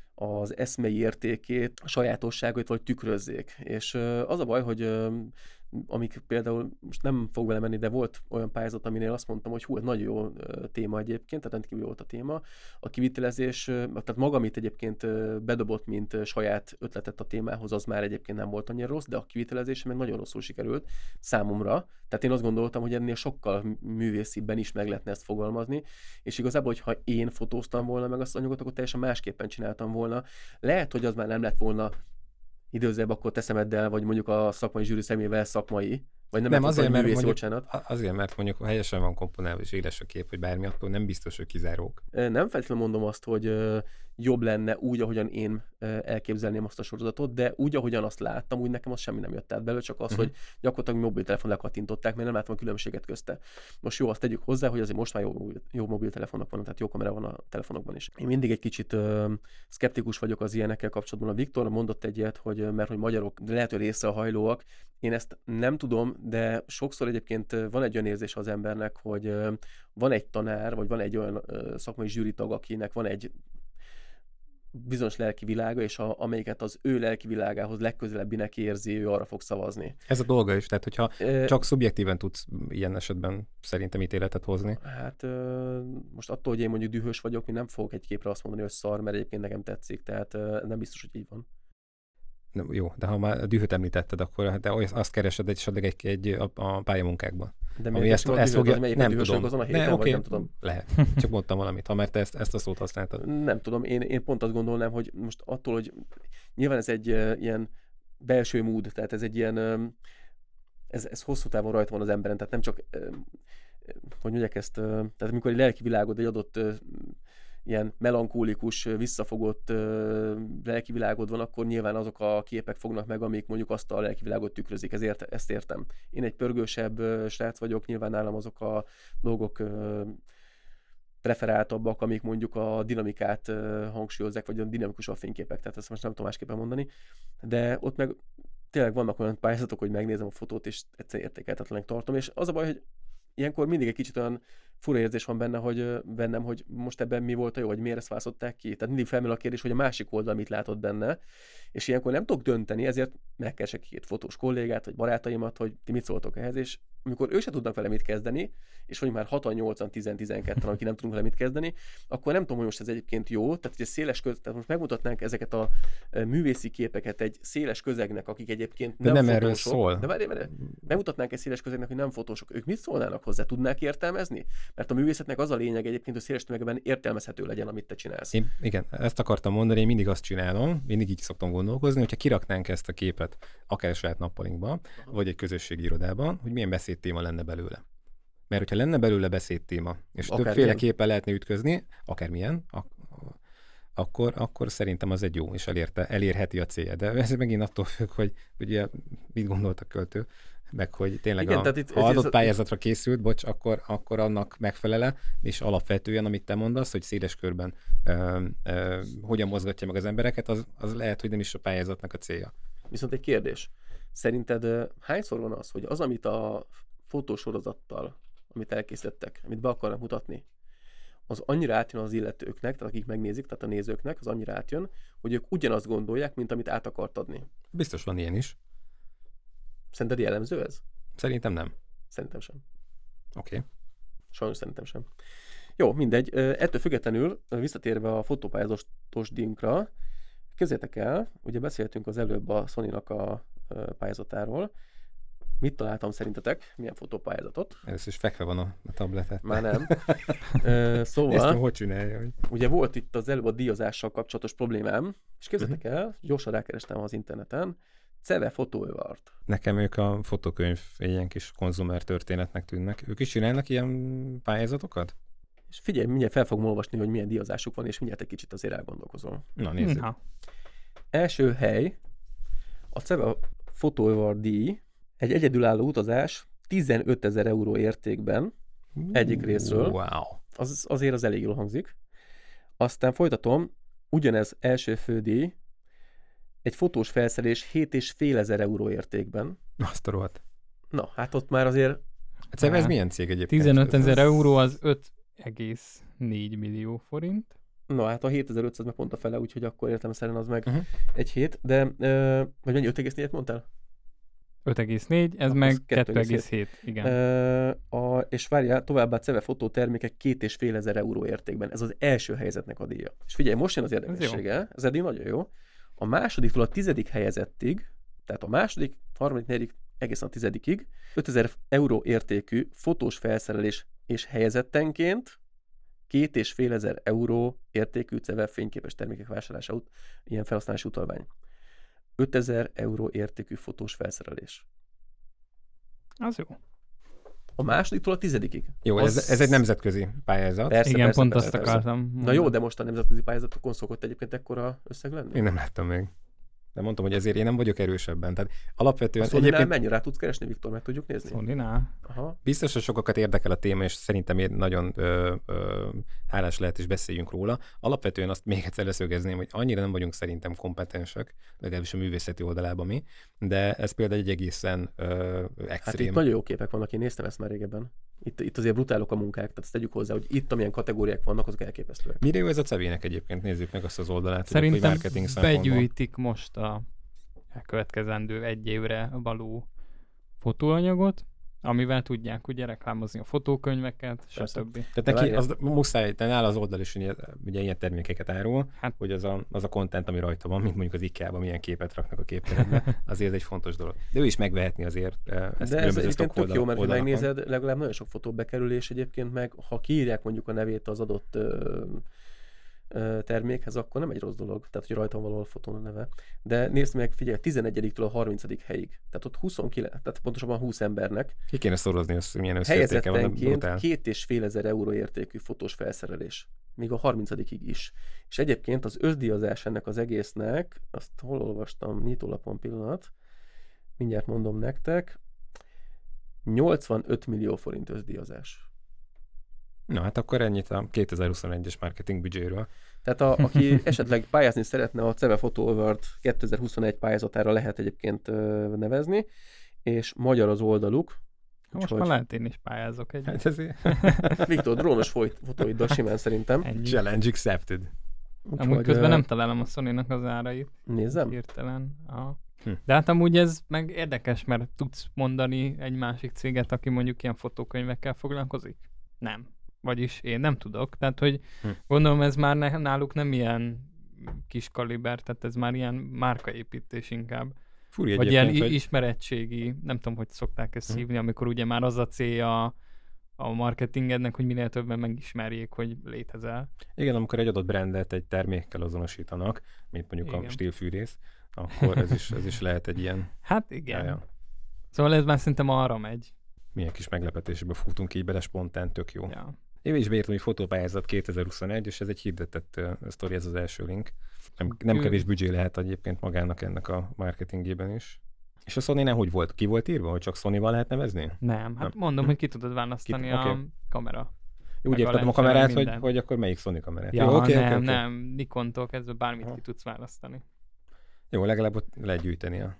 az eszmei értékét, a sajátosságait vagy tükrözzék. És uh, az a baj, hogy uh, amik például, most nem fog vele menni, de volt olyan pályázat, aminél azt mondtam, hogy hú, ez nagyon jó uh, téma egyébként, tehát rendkívül jó volt a téma. A kivitelezés, uh, tehát maga, amit egyébként uh, bedobott, mint uh, saját ötletet a témához, az már egyébként nem volt annyira rossz, de a kivitelezése meg nagyon rosszul sikerült számomra. Tehát én azt gondoltam, hogy ennél sokkal művészibben is meg lehetne ezt fogalmazni, és igazából, hogyha én fotóztam volna meg azt az anyagot, akkor teljesen másképpen csináltam volna. Lehet, hogy az már nem lett volna időzőbb akkor teszemeddel, vagy mondjuk a szakmai zsűri szemével szakmai, vagy nem, Nem, lett azért, volna mert művész, mondjuk, bocsánat. azért, mert mondjuk helyesen van komponálva és éles a kép, hogy bármi, attól nem biztos, hogy kizárók. Nem feltétlenül mondom azt, hogy uh, jobb lenne úgy, ahogyan én uh, elképzelném azt a sorozatot, de úgy, ahogyan azt láttam, úgy nekem az semmi nem jött át belőle, csak az, uh-huh. hogy gyakorlatilag mobiltelefon lekattintották, mert nem láttam a különbséget közte. Most jó, azt tegyük hozzá, hogy azért most már jó, jó mobiltelefonok vannak, tehát jó kamera van a telefonokban is. Én mindig egy kicsit uh, szkeptikus vagyok az ilyenekkel kapcsolatban. A Viktor mondott egy ilyet, hogy uh, mert hogy magyarok lehet, hogy részre hajlóak. Én ezt nem tudom, de sokszor egyébként van egy olyan érzés az embernek, hogy uh, van egy tanár, vagy van egy olyan uh, szakmai zsűritag, akinek van egy bizonyos lelki világa, és a, amelyiket az ő lelki világához legközelebbinek érzi, ő arra fog szavazni. Ez a dolga is, tehát hogyha E, csak szubjektíven tudsz ilyen esetben szerintem ítéletet hozni. Hát uh, most attól, hogy én mondjuk dühös vagyok, mi nem fogok egy képre azt mondani, hogy szar, mert egyébként nekem tetszik, tehát uh, nem biztos, hogy így van. Nem, jó, de ha már a dühöt említetted, akkor de azt keresed esetleg egy, egy a, a pályamunkákban. De Ami miért ezt, ezt ezt fogja, az, nem dühösök tudom. azon a héten, ne, vagy okay, nem tudom. Lehet. Csak mondtam valamit, ha már te ezt, ezt a szót használtad. Nem tudom, én, én pont azt gondolnám, hogy most attól, hogy nyilván ez egy uh, ilyen belső mód, tehát ez egy ilyen, um, ez, ez hosszú távon rajta van az emberen, tehát nem csak, um, hogy mondják ezt, uh, tehát amikor egy lelki világod, egy adott uh, ilyen melankólikus, visszafogott uh, lelkivilágod van, akkor nyilván azok a képek fognak meg, amik mondjuk azt a lelkivilágot tükrözik, ezért ezt értem. Én egy pörgősebb uh, srác vagyok, nyilván nálam azok a dolgok uh, preferáltabbak, amik mondjuk a dinamikát uh, hangsúlyozzák, vagy a dinamikus a fényképek, tehát ezt most nem tudom másképpen mondani, de ott meg tényleg vannak olyan pályázatok, hogy megnézem a fotót, és egyszerűen értékeltetlenek tartom, és az a baj, hogy ilyenkor mindig egy kicsit olyan fura érzés van benne, hogy bennem, hogy most ebben mi volt a jó, vagy miért ezt választották ki. Tehát mindig felmerül a kérdés, hogy a másik oldal mit látott benne, és ilyenkor nem tudok dönteni, ezért megkeresek két fotós kollégát, vagy barátaimat, hogy ti mit szóltok ehhez, és amikor ők se tudnak vele mit kezdeni, és vagyunk már hatan, nyolcan, tízen, tizenketten, akik nem tudunk vele mit kezdeni, akkor nem tudom, hogy most ez egyébként jó, tehát egy széles köz, tehát most megmutatnánk ezeket a művészi képeket egy széles közegnek, akik egyébként nem, nem nem erről fotósok. szól. De várj, várj, megmutatnánk egy széles közegnek, hogy nem fotósok. Ők mit szólnának hozzá? Tudnák értelmezni? Mert a művészetnek az a lényeg egyébként, hogy széles tömegben értelmezhető legyen, amit te csinálsz. Én, igen, ezt akartam mondani, én mindig azt csinálom, mindig így szoktam gondolkozni, hogyha kiraknánk ezt a képet akár a saját nappalinkba, vagy egy közösségi irodában, hogy milyen beszédtéma lenne belőle. Mert hogyha lenne belőle beszédtéma, és többféleképpen lehetne ütközni, akármilyen, ak- akkor, akkor szerintem az egy jó, és elérte, elérheti a célja. De ez megint attól függ, hogy ugye mit gondolt a költő, meg hogy tényleg igen, a, itt, ha adott pályázatra készült, bocs, akkor, akkor annak megfelele, és alapvetően, amit te mondasz, hogy széles körben ö, ö, hogyan mozgatja meg az embereket, az, az lehet, hogy nem is a pályázatnak a célja. Viszont egy kérdés. Szerinted hányszor van az, hogy az, amit a fotósorozattal, amit elkészítettek, amit be akarnak mutatni, az annyira átjön az illetőknek, tehát akik megnézik, tehát a nézőknek, az annyira átjön, hogy ők ugyanazt gondolják, mint amit át akart adni. Biztos van ilyen is. Szerinted jellemző ez? Szerintem nem. Szerintem sem. Oké. Okay. Sajnos szerintem sem. Jó, mindegy. Ettől függetlenül, visszatérve a fotópályázatos díjunkra, képzeljétek el, ugye beszéltünk az előbb a Sony-nak a pályázatáról. Mit találtam szerintetek? Milyen fotópályázatot? Először is fekve van a, a tabletet. Már nem. uh, szóval... Néztem, hogy csinálja. Hogy... Ugye volt itt az előbb a díjazással kapcsolatos problémám, és képzeljétek uh-huh. el, gyorsan rákerestem az interneten, Ceve Photo Award. Nekem ők a fotókönyv ilyen kis konzumer történetnek tűnnek. Ők is csinálnak ilyen pályázatokat? És figyelj, mindjárt fel fogom olvasni, hogy milyen díjazásuk van, és mindjárt egy kicsit azért elgondolkozol. Na, nézzük. Na. Első hely, a Ceve Photo Award díj, egy egyedülálló utazás tizenötezer euró értékben egyik részről. Wow. Az, azért az elég jól hangzik. Aztán folytatom, ugyanez első fődíj, egy fotós felszerelés hét és fél ezer euró értékben. Azt a rohadt. Na, hát ott már azért... Hát ez hát, milyen cég egyébként? tizenötezer euró az öt egész négy millió forint. Na, hát a hétezer-ötszáz meg pont a fele, úgyhogy akkor értelemszerűen az meg uh-huh. egy hét, de... Ö, vagy mennyi, öt egész négyet mondtál? öt egész négy, ez ah, meg kettő egész hét, igen. Ö, a, és várjál, továbbá Ceve fotó termékek két és fél ezer euró értékben. Ez az első helyzetnek a díja. És figyelj, most jön az érdekessége, ez, ez eddig nagyon jó. A másodiktól a tizedik helyezettig, tehát a második, harmadik, negyedik, egészen a tizedikig ötezer euró értékű fotós felszerelés és helyezettenként két és fél ezer euró értékű Ceve fényképes termékek vásárlása út, ilyen felhasználási utalvány. ötezer euró értékű fotós felszerelés. Az jó. A másodiktól a tizedikig. Jó, az... ez, ez egy nemzetközi pályázat. Persze, igen, persze, pont persze, azt persze. akartam. Na jó, de most a nemzetközi pályázatokon szokott egyébként ekkora összeg lenni? Én nem láttam még. De mondtam, hogy ezért én nem vagyok erősebben. Tehát alapvetően... A Sony-nál egyébként... mennyire rá tudsz keresni, Viktor? Meg tudjuk nézni? Sony-nál? Aha. Biztos, hogy sokakat érdekel a téma, és szerintem én nagyon ö, ö, hálás lehet, és beszéljünk róla. Alapvetően azt még egyszer leszögezném, hogy annyira nem vagyunk szerintem kompetensek, legalábbis a művészeti oldalában mi, de ez például egy egészen ö, extrém. Hát itt nagyon jó képek vannak, én néztem ezt már régebben. Itt, itt azért brutálok a munkák, tehát ezt tegyük hozzá, hogy itt amilyen kategóriák vannak, azok elképesztőek. Mire jó ez a Cevének egyébként? Nézzük meg azt az oldalát. Szerintem tudjuk, hogy marketing begyűjtik most a következendő egy évre való fotóanyagot, amivel tudják ugye reklámozni a fotókönyveket, stb. Tehát neki az muszáj, de nála az oldal is ugye, ugye ilyen termékeket árul, hát, hogy az a, az a content, ami rajta van, mint mondjuk az IKEA-ban milyen képet raknak a képteredbe, azért ez egy fontos dolog. De ő is megvehetni azért ezt. De ez egyébként tök jó, mert ha megnézed, legalább nagyon sok fotó bekerülés egyébként, meg ha kiírják mondjuk a nevét az adott ö, ö, termékhez, akkor nem egy rossz dolog, tehát hogy rajta van valahol fotón a neve. De nézd meg, figyelj, tizenegyediktől a harmincadik helyig, tehát ott huszonkilenc, tehát pontosabban húsz embernek. Ki kéne szorozni, azt milyen összértéke van. Helyezettenként két és fél ezer euró értékű fotós felszerelés. Még a harmincadikig is. És egyébként az összdíjazás ennek az egésznek, azt hol olvastam, nyitólapon pillanat, mindjárt mondom nektek, nyolcvanöt millió forint összdíjazás. Na hát akkor ennyit a kétezer-huszonegyes marketing büdzséről. Tehát a, aki esetleg pályázni szeretne, a Ceve Photo Award kétezer-huszonegy pályázatára lehet egyébként ö, nevezni, és magyar az oldaluk. Most úgyhogy... már lehet én is pályázok egy. Hát ezért... Viktor, drónos folyt, fotóiddal simán szerintem. Ennyi. Challenge accepted. Amúgy Úgyhogy, közben ö, nem találom a Sony-nak az árait. Nézzem. Hirtelen. Aha. Hm. De hát amúgy ez meg érdekes, mert tudsz mondani egy másik céget, aki mondjuk ilyen fotókönyvekkel foglalkozik? Nem. Vagyis én nem tudok. Tehát, hogy Hm. gondolom ez már ne, náluk nem ilyen kis kaliber, tehát ez már ilyen márkaépítés inkább. Furi Vagy ilyen egyébként, i- hogy... ismeretségi, nem tudom, hogy szokták ezt Hm. hívni, amikor ugye már az a célja a marketingednek, hogy minél többen megismerjék, hogy létezel. Igen, amikor egy adott brandet egy termékkel azonosítanak, mint mondjuk Igen. a stílfűrész, akkor ez is, ez is lehet egy ilyen... Hát igen. Ja, ja. Szóval ez már szerintem arra megy. Milyen kis meglepetésbe futunk így bele, spontán, tök jó. Ja. Én is beírtam, hogy fotópályázat kétezer-huszonegy, és ez egy hirdetett uh, sztori, ez az első link. Nem, nem Ő- kevés büdzsé lehet egyébként magának ennek a marketingében is. És a Sony-nál hogy volt? Ki volt írva, hogy csak Sony-val lehet nevezni? Nem, hát Nem. mondom, Hm. hogy ki tudod választani Ki- a oké. kamera. Úgy Meg a értettem a lens, kamerát, meg hogy, minden. hogy akkor melyik Sony kamerát. Ja, Jó, oké, nem, oké, oké. nem, Nikontól kezdve bármit Aha. ki tudsz választani. Jó, legalább ott lehet gyűjteni a,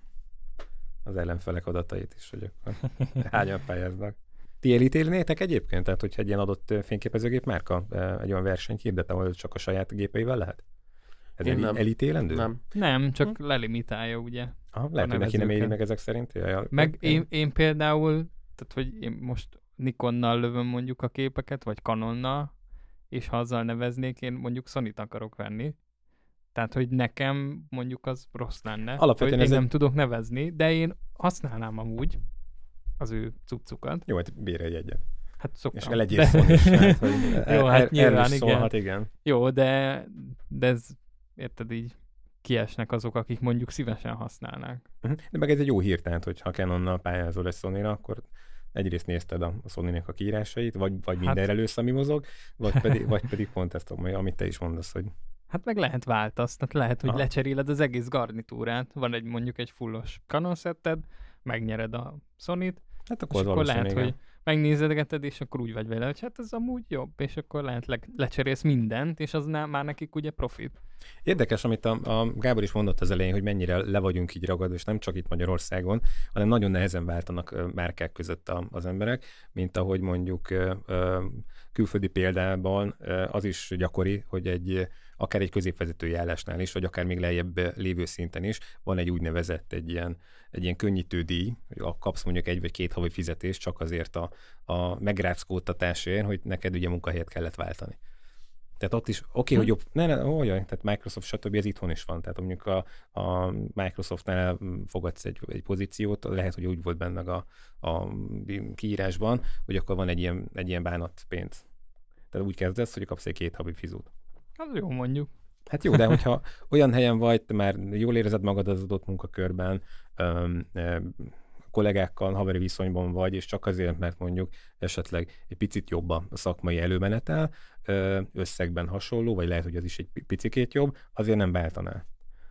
az ellenfelek adatait is, hogy akkor hányan pályáznak. Ti elítélnétek egyébként? Tehát, hogyha egy ilyen adott ö, fényképezőgép márka ö, egy olyan versenyt hirdet, ahol csak a saját gépeivel lehet? Ez Én eli- nem. elítélendő? Nem. Nem, csak lelimitálja, ugye. Aha, lehet, hogy neki nem éri nevezőket. meg ezek szerint. Ja, ja, Meg ja. én, én például, tehát hogy én most Nikonnal lövöm mondjuk a képeket, vagy Canonnal, és ha azzal neveznék, én mondjuk Sony-t akarok venni. Tehát, hogy nekem mondjuk az rossz lenne, Alapvetően hogy ez én egy- nem tudok nevezni, de én használnám amúgy az ő cuccukat. Jó, hát bérelj egyet. Hát szoktam. És legyél Sony is. Hát, hogy Jó, hát er- nyilván, erről is igen. szólhat, igen. Jó, de, de ez, érted így, kiesnek azok, akik mondjuk szívesen használnák. Mhm. De meg ez egy jó hír, tehát, hogyha Canonnal pályázol egy Sony-ra, akkor egyrészt nézted a a Sony-nek a kiírásait, vagy, vagy Hát- mindenre elősz, ami mozog, vagy pedig, vagy pedig pont ezt, amit te is mondasz, hogy Hát meg lehet változtatni, lehet, hogy Aha. lecseréled az egész garnitúrát, van egy mondjuk egy fullos Canon szetted, megnyered a Sony-t, hát és akkor, az akkor valószínű, lehet, igen. hogy megnézegeted, és akkor úgy vagy vele, hogy hát ez amúgy jobb, és akkor lehet le- lecserélsz mindent, és az ná- már nekik ugye profit. Érdekes, amit a, a Gábor is mondott az elején, hogy mennyire le vagyunk így ragadva, és nem csak itt Magyarországon, hanem nagyon nehezen váltanak ö, márkák között a, az emberek, mint ahogy mondjuk ö, ö, külföldi példában ö, az is gyakori, hogy egy akár egy középvezetői állásnál is, vagy akár még lejjebb ö, lévő szinten is van egy úgynevezett egy ilyen, egy ilyen könnyítő díj, hogy kapsz mondjuk egy vagy két havi fizetést csak azért a, a megráckódtatásért, hogy neked ugye munkahelyet kellett váltani. Tehát ott is, oké, okay, Hm. hogy jobb, ne, ne, ó, jaj, tehát Microsoft, stb. Ez itthon is van. Tehát mondjuk a, a Microsoftnál fogadsz egy, egy pozíciót, lehet, hogy úgy volt benne a, a kiírásban, hogy akkor van egy ilyen, egy ilyen bánatpénz. Tehát úgy kezdesz, hogy kapsz egy két havi fizut. Az jó mondjuk. Hát jó, de hogyha olyan helyen vagy, te már jól érzed magad az adott munkakörben, öm, öm, kollégákkal haveri viszonyban vagy, és csak azért, mert mondjuk esetleg egy picit jobb a szakmai előmenetel, ö, összegben hasonló, vagy lehet, hogy az is egy picikét jobb, azért nem váltanál.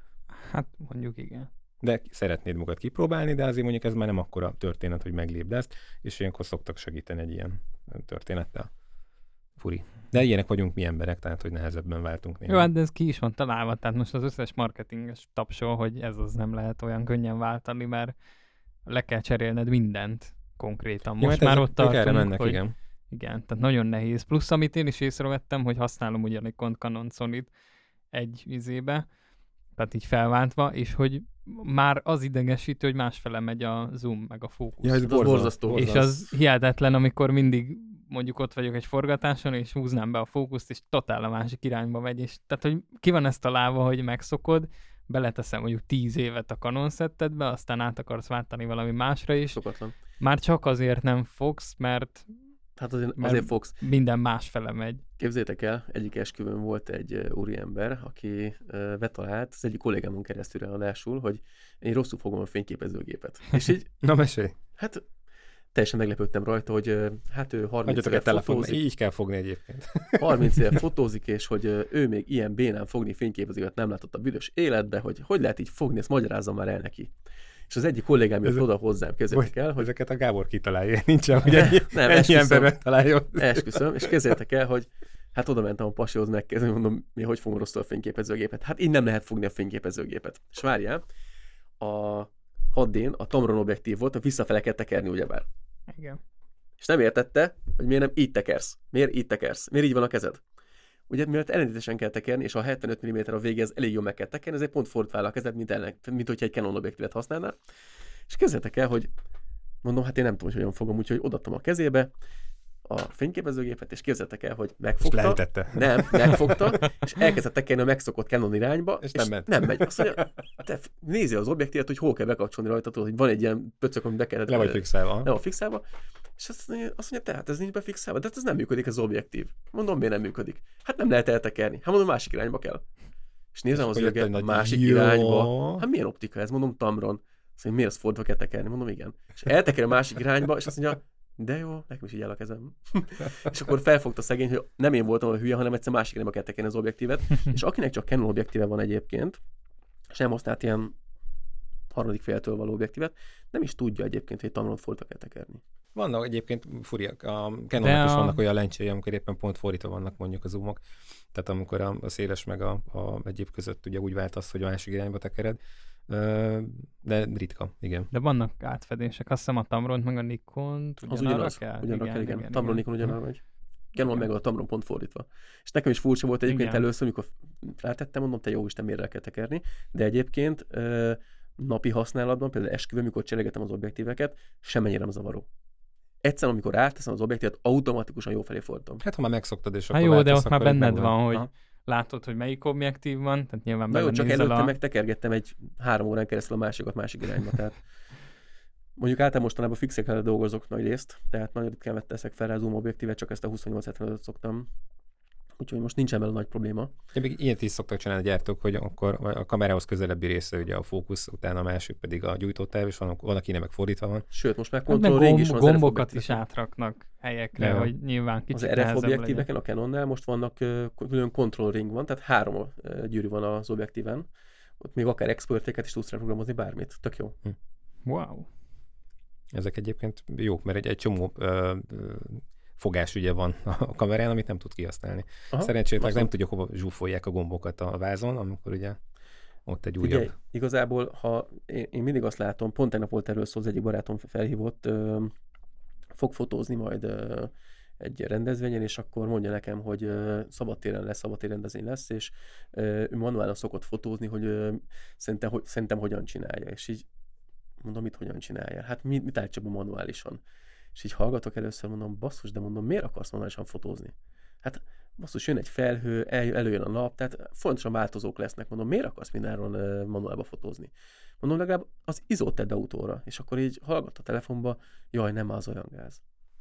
Hát mondjuk igen. De szeretnéd magad kipróbálni, de azért mondjuk ez már nem akkora történet, hogy meglépd ezt, és ilyenkor szoktak segíteni egy ilyen történettel. Furi. De ilyenek vagyunk mi emberek, tehát hogy nehezebben váltunk néha. Jó, hát de ez ki is van találva, tehát most az összes marketinges tapsol, hogy ez az nem lehet olyan könnyen váltani, mert le kell cserélned mindent konkrétan. Most ja, már ezek- ott ők erre tartunk, mennek, hogy igen. igen, tehát nagyon nehéz. Plusz, amit én is észrevettem, hogy használom ugyan egy Canon Sony-t egy izébe, tehát így felváltva, és hogy már az idegesítő, hogy másfele megy a zoom, meg a fókusz. Ja, ez Az borzasztó. borzasztó. És az hihetetlen, amikor mindig mondjuk ott vagyok egy forgatáson, és húznám be a fókuszt, és totál a másik irányba megy, és tehát, hogy ki van ezt találva, hogy megszokod, beleteszem mondjuk tíz évet a Canon szettedbe, aztán át akarsz váltani valami másra is. Szokatlan. Már csak azért nem fogsz, mert Hát azért, Mert- azért fogsz. minden másfele megy. Képzétek el, egyik esküvőn volt egy uh, úriember, aki uh, betalált, az egyik kollégámon keresztül ráadásul, hogy én rosszul fogom a fényképezőgépet. És így, Na mesélj, hát teljesen meglepődtem rajta, hogy uh, hát ő harminc hagyjatok éve egy telefon, fotózik, így kell fogni egyébként. harminc éve fotózik, és hogy uh, ő még ilyen bénán fogni fényképezőket nem látott a büdös életbe, hogy hogy lehet így fogni, ezt magyarázzam már el neki. És És az egyik kollégám jött Ez- oda hozzám, képzeljétek el, hogy Ezeket a Gábor kitalálja, nincsen, hogy ennyi, nem, ennyi esküszöm. ember megtalálja. Esküszöm, és képzeljétek el, hogy hát oda mentem a pasihoz megkezdeni, mondom, mi hogy fogom rosszul a fényképezőgépet. Hát így nem lehet fogni a fényképezőgépet. És várjál, a hat dén a Tamron objektív volt, a visszafele kell tekerni ugyebár. Igen. És nem értette, hogy miért nem így tekersz. Miért így tekersz? Miért így van a kezed? Ugye, mivel ellentétesen kell tekerni, és a hetvenöt milliméter a vége, ez elég jól meg kell tekerni, ezért pont fordítva áll a kezed, mint, ellen, mint hogyha egy Canon objektívet használnál. És kezdetek el, hogy mondom, hát én nem tudom, hogy hogyan fogom, úgyhogy odaadtam a kezébe a fényképezőgépet, és képzeljétek el, hogy És megfogta. lejtette. Nem, megfogta, és elkezdett tekerni a megszokott Canon irányba, És és, nem ment. nem megy. Azt mondja, te f- nézi az objektívet, hogy hol kell bekapcsolni rajta, tudod, hogy van egy ilyen pöcök, amit be kellett. Le vagy fixálva. Le van fixálva. És azt mondja, azt mondja, tehát ez nincs befixálva, de hát ez nem működik az objektív. Mondom, miért nem működik? Hát nem lehet eltekerni. Hát mondom, másik irányba kell. És nézem az akkor jött egy üveget, nagy másik jó. irányba. Hát milyen optika ez? Mondom, Tamron. Azt mondja, miért azt fordva kell tekerni? Mondom, igen. És elteker a másik irányba, és azt mondja, de jó, nekem is így áll a kezem. És akkor felfogta szegény, hogy nem én voltam a hülye, hanem egyszer másik irányba kell tekerni az objektívet. És akinek csak Canon objektíve van egyébként, és nem használt ilyen harmadik féltől való objektívet, nem is tudja egyébként, hogy Tamron fordva kell tekerni. Vannak egyébként furiak, a De Canonnak is a- vannak olyan lencséi, amikor éppen pont fordítva vannak mondjuk a zoomok. Tehát amikor a, a széles meg a, a egyéb között ugye úgy váltasz, hogy a másik irányba tekered. Ö, De ritka, igen. De vannak átfedések, azt hiszem a Tamront meg a Nikont Az ugyanarra ugyanaz, kell? ugyanarra kell, igen. Tamron, Nikon ugyanarra Hm. megy. Canon Igen. meg a Tamron pont fordítva. És nekem is furcsa volt egyébként Igen. először, amikor rátettem, mondom, te jó Isten, miért rá kell tekerni. De egyébként ö, napi használatban, például esküvő, amikor cserégetem az objektíveket, semmennyire nem zavaró. Egyszerűen, amikor ráteszem az objektívet, automatikusan jó felé fordítom. Hát ha már megszoktad, és Hát akkor jó, de váltasz, ott már akkor ez benned megvan. van, hogy Aha. látod, hogy melyik objektív van, tehát nyilván Na jó, csak belenézel előtte a... meg tekergettem egy három órán keresztül a másikat másik irányba. Tehát mondjuk általában mostanában fixekkel dolgozok nagy részt, tehát nagyon ritkán teszek fel rá zoom objektívet, csak ezt a huszonnyolc hetvenötöt szoktam. Úgyhogy most nincsen vele nagy probléma. Ja, még ilyet is szoktak csinálni a gyártók, hogy akkor a kamerához közelebbi része ugye a fókusz, utána a másik pedig a gyújtótáv, és van, van akinek meg fordítva van. Sőt, most már Hát meg Control Ring is gomb, van az gombokat er ef is átraknak helyekre, Ja. hogy nyilván Az kicsit er ef nehezebb legyen. objektíveken, a Canonnál most vannak uh, külön Control Ring van, tehát három uh, gyűrű van az objektíven. Ott még akár exportéket is tudsz rá programozni, bármit. Tök jó. Wow. Ezek egyébként jók, mert egy, egy csomó ö, ö, fogás ugye van a kamerán, amit nem tud kihasználni. Aha, Szerencsétleg azt nem mondom. tudja, hova zsúfolják a gombokat a vázon, amikor ugye ott egy Figyelj, újabb. igazából, ha én, én mindig azt látom, pont tegnap volt erről szó, az egyik barátom felhívott, ö, fog fotózni majd ö, egy rendezvényen, és akkor mondja nekem, hogy ö, szabadtéren lesz, szabadtéri rendezvény lesz, és ö, ő manuálon szokott fotózni, hogy ö, szerintem, hogy szerintem hogyan csinálja, és így mondom, mit hogyan csinálja? Hát mit, mit állítsa be manuálisan? És így hallgatok először, mondom, basszus, de mondom, miért akarsz manuálisan fotózni? Hát basszus, jön egy felhő, el, előjön a nap, tehát fontosan változók lesznek. Mondom, miért akarsz mindenről uh, manuálba fotózni? Mondom, legalább az izót tedd autóra. És akkor így hallgat a telefonba, jaj, nem az olyan gáz.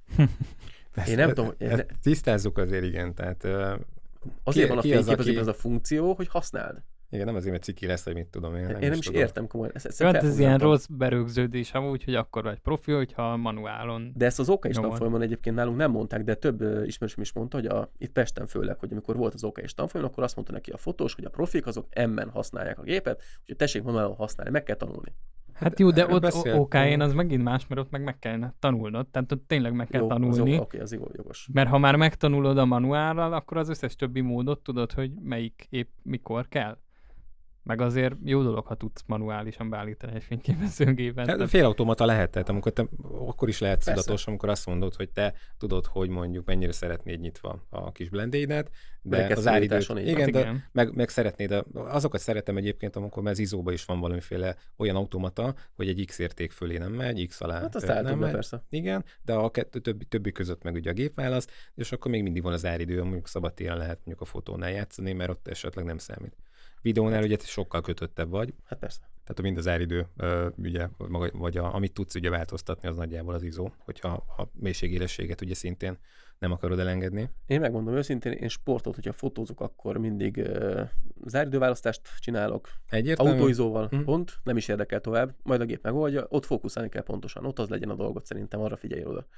Ezt, Én nem tudom, hogy- ezt tisztázzuk azért, igen. Tehát, ö, Azért Ki- van a ki az, fényképezőben aki- ez a funkció, hogy használd. igen, nem azért, mert ciki lesz, vagy mit tudom én. Én nem is tudom. értem komolyan. Ezt, ezt Hát ez felfognám ilyen magam. rossz berögződés amúgy, hogy akkor vagy profi, hogyha manuálon. De ezt az o ká is Nyomod. tanfolyamon egyébként nálunk nem mondták, de több ö, ismerősöm is mondta, hogy a, itt Pesten főleg, hogy amikor volt az o ká is tanfolyamon, akkor azt mondta neki a fotós, hogy a profik azok M-en használják a gépet, úgyhogy tessék manuálon használni, meg kell tanulni. Hát jó, de erről ott beszéltünk. o ká-n az megint más, mert ott meg meg kellene tanulnod, tehát ott tényleg meg kell Jó, az tanulni. jó, oké, az jó, jogos. Mert ha már megtanulod a manuállal, akkor az összes többi módot tudod, hogy melyik épp mikor kell. Meg azért jó dolog, ha tudsz manuálisan beállítani egy fényképezőgépet. Hát, Tehát- félautomata lehet, tehát amikor te, akkor is lehet Persze. tudatos, amikor azt mondod, hogy te tudod, hogy mondjuk mennyire szeretnéd nyitva a kis blendédet, de az áridőt, Berekesztőállításon így van. igen, de igen. meg, meg szeretnéd, a- azokat szeretem egyébként, amikor már az izóba is van valamiféle olyan automata, hogy egy X érték fölé nem megy, X alá Hát azt ö, állítom nem be, megy. persze. Igen, de a kettő többi, többi között meg ugye a gép választ, és akkor még mindig van az áridő, mondjuk szabadtéren lehet mondjuk a fotónál játszani, mert ott esetleg nem számít. Videónál ugye te sokkal kötöttebb vagy, Hát persze. tehát mind az áridő, ö, ugye, maga, vagy a, amit tudsz ugye változtatni, az nagyjából az izó, hogyha a mélységélességet ugye szintén nem akarod elengedni. Én megmondom őszintén, én sportot, hogyha fotózok, akkor mindig uh, záridőválasztást csinálok, Egyértelmű? autóizóval, Hm. pont, nem is érdekel tovább, majd a gép megoldja, ott fókuszálni kell pontosan, ott az legyen a dolgot szerintem, arra figyelj oda.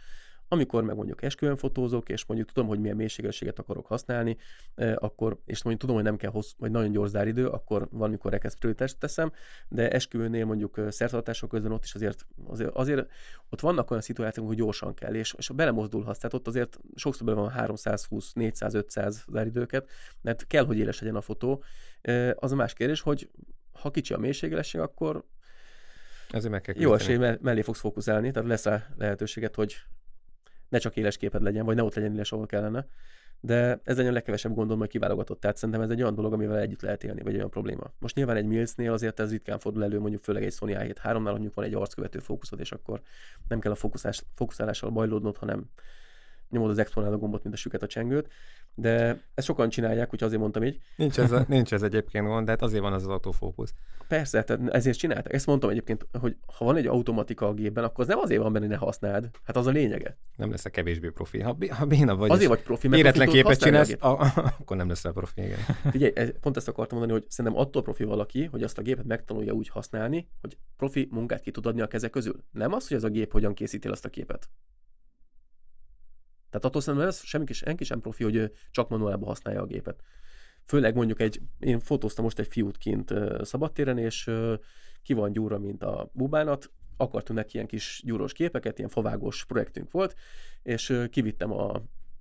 Amikor meg mondjuk esküvőn fotózok, és mondjuk tudom, hogy milyen mélységességet akarok használni, akkor, és mondjuk tudom, hogy nem kell hossz, vagy nagyon gyors záridő, akkor valamikor rekesz prioritást teszem, de esküvőnél mondjuk szertartások közben ott is azért, azért, azért ott vannak olyan szituációk, hogy gyorsan kell, és, és belemozdulhatsz, tehát ott azért sokszor bele van háromszázhúsz, négyszáz, ötszáz záridőket, mert kell, hogy éles legyen a fotó. Az a más kérdés, hogy ha kicsi a mélységelesség, akkor ezért meg kell jó esély mellé fogsz fókuszálni, tehát lesz a lehetőséget, hogy ne csak éles képed legyen, vagy ne ott legyen éles, ahol kellene. De ez egy a legkevesebb gondom, hogy kiválogatott. Tehát szerintem ez egy olyan dolog, amivel együtt lehet élni, vagy olyan probléma. Most nyilván egy Mills-nél azért ez ritkán fordul elő, mondjuk főleg egy Sony á hét három-nál, mondjuk van egy arckövető fókuszod, és akkor nem kell a fókuszás, fókuszálással bajlódnod, hanem nyomod az exponáló gombot, mint a süket a csengőt. De ezt sokan csinálják, úgyhogy azért mondtam így. Nincs ez, a, nincs ez egyébként gond, de hát azért van az az autofókusz. Persze, tehát ezért csinálták. Ezt mondtam egyébként, hogy ha van egy automatika a gépben, akkor az nem azért van benne, ne használd. Hát az a lényege. Nem lesz a kevésbé profi. Ha, ha béna vagy, azért vagy profi, mert éretlen képet csinálsz, a, akkor nem leszel profi, igen. Figyelj, pont ezt akartam mondani, hogy szerintem attól profi valaki, hogy azt a gépet megtanulja úgy használni, hogy profi munkát ki tud adni a keze közül. Nem az, hogy ez a gép hogyan készíti azt a képet. Tehát attól szerintem ez semmi senki sem profi, hogy ő csak manuálban használja a gépet. Főleg mondjuk egy, én fotóztam most egy fiút kint uh, szabadtéren, és uh, ki van gyúrva, mint a bubánat, akartunk neki ilyen kis gyúrós képeket, ilyen favágós projektünk volt, és uh, kivittem a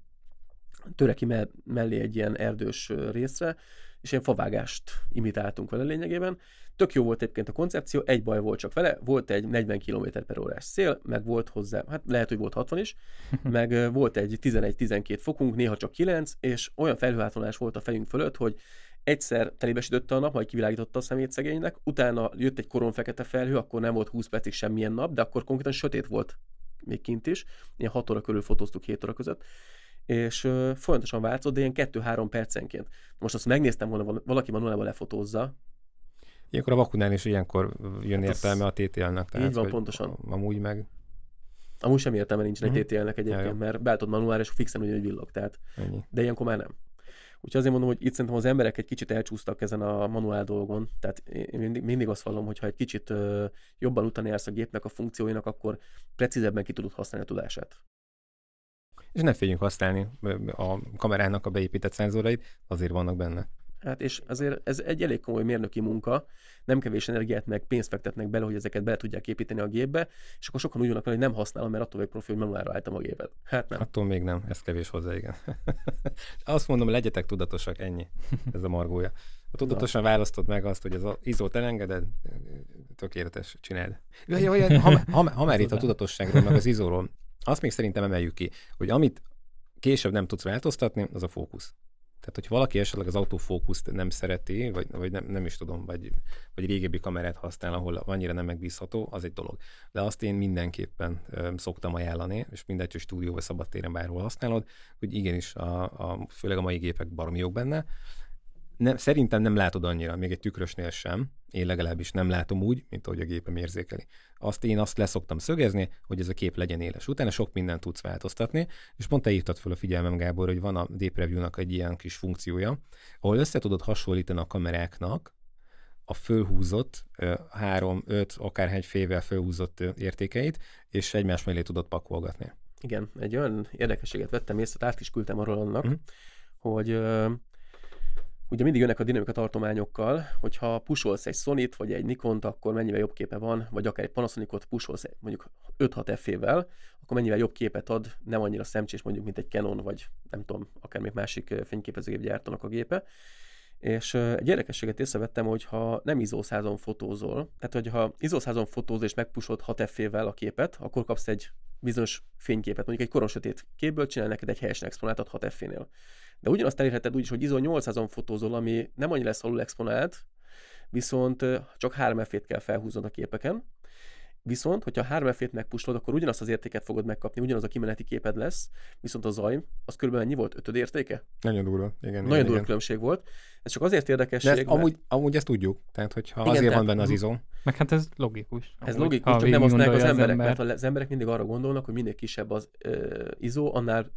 töreki me- mellé egy ilyen erdős uh, részre, és ilyen favágást imitáltunk vele lényegében. Tök jó volt egyébként a koncepció, egy baj volt csak vele, volt egy negyven kilométer per órás szél, meg volt hozzá, hát lehet, hogy volt hatvan is, meg volt egy tizenegy-tizenkét fokunk, néha csak kilenc, és olyan felhőátvonás volt a fejünk fölött, hogy egyszer telébesítötte a nap, majd kivilágította a szemét szegénynek, utána jött egy koronfekete felhő, akkor nem volt húsz percig semmilyen nap, de akkor konkrétan sötét volt még kint is, ilyen hat óra körül fotóztuk hét óra között, és uh, folyamatosan változott, de ilyen kettő-három percenként. Most azt megnéztem volna, valaki manuálban lefotózza. Ilyenkor a vakunál is ilyenkor jön hát értelme a té té el-nek. Tehát, így van, pontosan. Amúgy meg... Amúgy sem értelme nincs egy uh-huh. té té el-nek egyébként, ja, mert beálltod manuálra, és fixen ugyanúgy villog. Tehát. Ennyi. De ilyenkor már nem. Úgyhogy azért mondom, hogy itt szerintem az emberek egy kicsit elcsúsztak ezen a manuál dolgon. Tehát én mindig, mindig azt vallom, hogy ha egy kicsit uh, jobban utána jársz a gépnek, a funkcióinak, akkor precízebben ki tudod használni a tudását. És ne féljünk használni a kamerának a beépített szenzorait, azért vannak benne. Hát és azért ez egy elég komoly mérnöki munka, nem kevés energiát meg pénzt fektetnek bele, hogy ezeket bele tudják építeni a gépbe, és akkor sokan úgy vannak vele, hogy nem használom, mert attól vagy profi, hogy manuálra álltam a gépet. Hát nem. Attól még nem, ez kevés hozzá, igen. Azt mondom, legyetek tudatosak, ennyi. Ez a margója. Ha tudatosan Na. választod meg azt, hogy az izót elengeded, tökéletes, csináld. Ja, ja, ja, ha, ha, ha már itt a tudatosságról, meg az izóról, azt még szerintem emeljük ki, hogy amit később nem tudsz változtatni, az a fókusz. Tehát, hogy valaki esetleg az autofókuszt nem szereti, vagy, vagy nem, nem is tudom, vagy, vagy régebbi kamerát használ, ahol annyira nem megbízható, az egy dolog. De azt én mindenképpen ö, szoktam ajánlani, és mindegy, hogy stúdió vagy szabadtéren bárhol használod, hogy igenis, a, a, főleg a mai gépek baromi jók benne. Nem, szerintem nem látod annyira, még egy tükrösnél sem, én legalábbis nem látom úgy, mint ahogy a gépem érzékeli. Azt én azt leszoktam szögezni, hogy ez a kép legyen éles. Utána sok mindent tudsz változtatni, és pont te hívtad fel a figyelmem, Gábor, hogy van a D-Preview-nak egy ilyen kis funkciója, ahol össze tudod hasonlítani a kameráknak a fölhúzott három, öt, akárhány fével fölhúzott értékeit, és egymás mellé tudod pakolgatni. Igen, egy olyan érdekességet vettem észre, át is küldtem arról annak, uh-huh. hogy uh, ugye mindig jönnek a dinamika tartományokkal, hogyha pusolsz egy Sony-t, vagy egy Nikont, akkor mennyivel jobb képe van, vagy akár egy Panasonicot pusolsz mondjuk öt-hat ef ével, akkor mennyivel jobb képet ad, nem annyira szemcsés mondjuk, mint egy Canon, vagy nem tudom, akár még másik fényképezőgép gyártónak a gépe. És egy érdekességet észrevettem, hogy ha nem izó százon fotózol, tehát hogyha izó százon fotózol és megpusolod hat ef ével a képet, akkor kapsz egy bizonyos fényképet, mondjuk egy koronsötét képből csinál neked egy helyesen exponáltat hat ef nél. De ugyanazt elérheted úgy is, hogy izó nyolcszázon fotózol, ami nem annyira lesz alul exponált, viszont csak három ef-ét kell felhúznod a képeken. Viszont, hogyha három ef-ét megpuslod, akkor ugyanazt az értéket fogod megkapni, ugyanaz a kimeneti képed lesz, viszont a zaj, az körülbelül mennyi volt? Ötöd értéke? Nagyon durva, igen. Nagyon igen, durva különbség volt. Ez csak azért érdekesség, De ezt, mert... amúgy, amúgy ezt tudjuk, tehát hogyha igen, azért van benne az izó. Meg hát ez logikus. Ez logikus, csak nem azt az emberek, az ember. mert az emberek mindig arra gondolnak, hogy minél kisebb az uh, izó, annál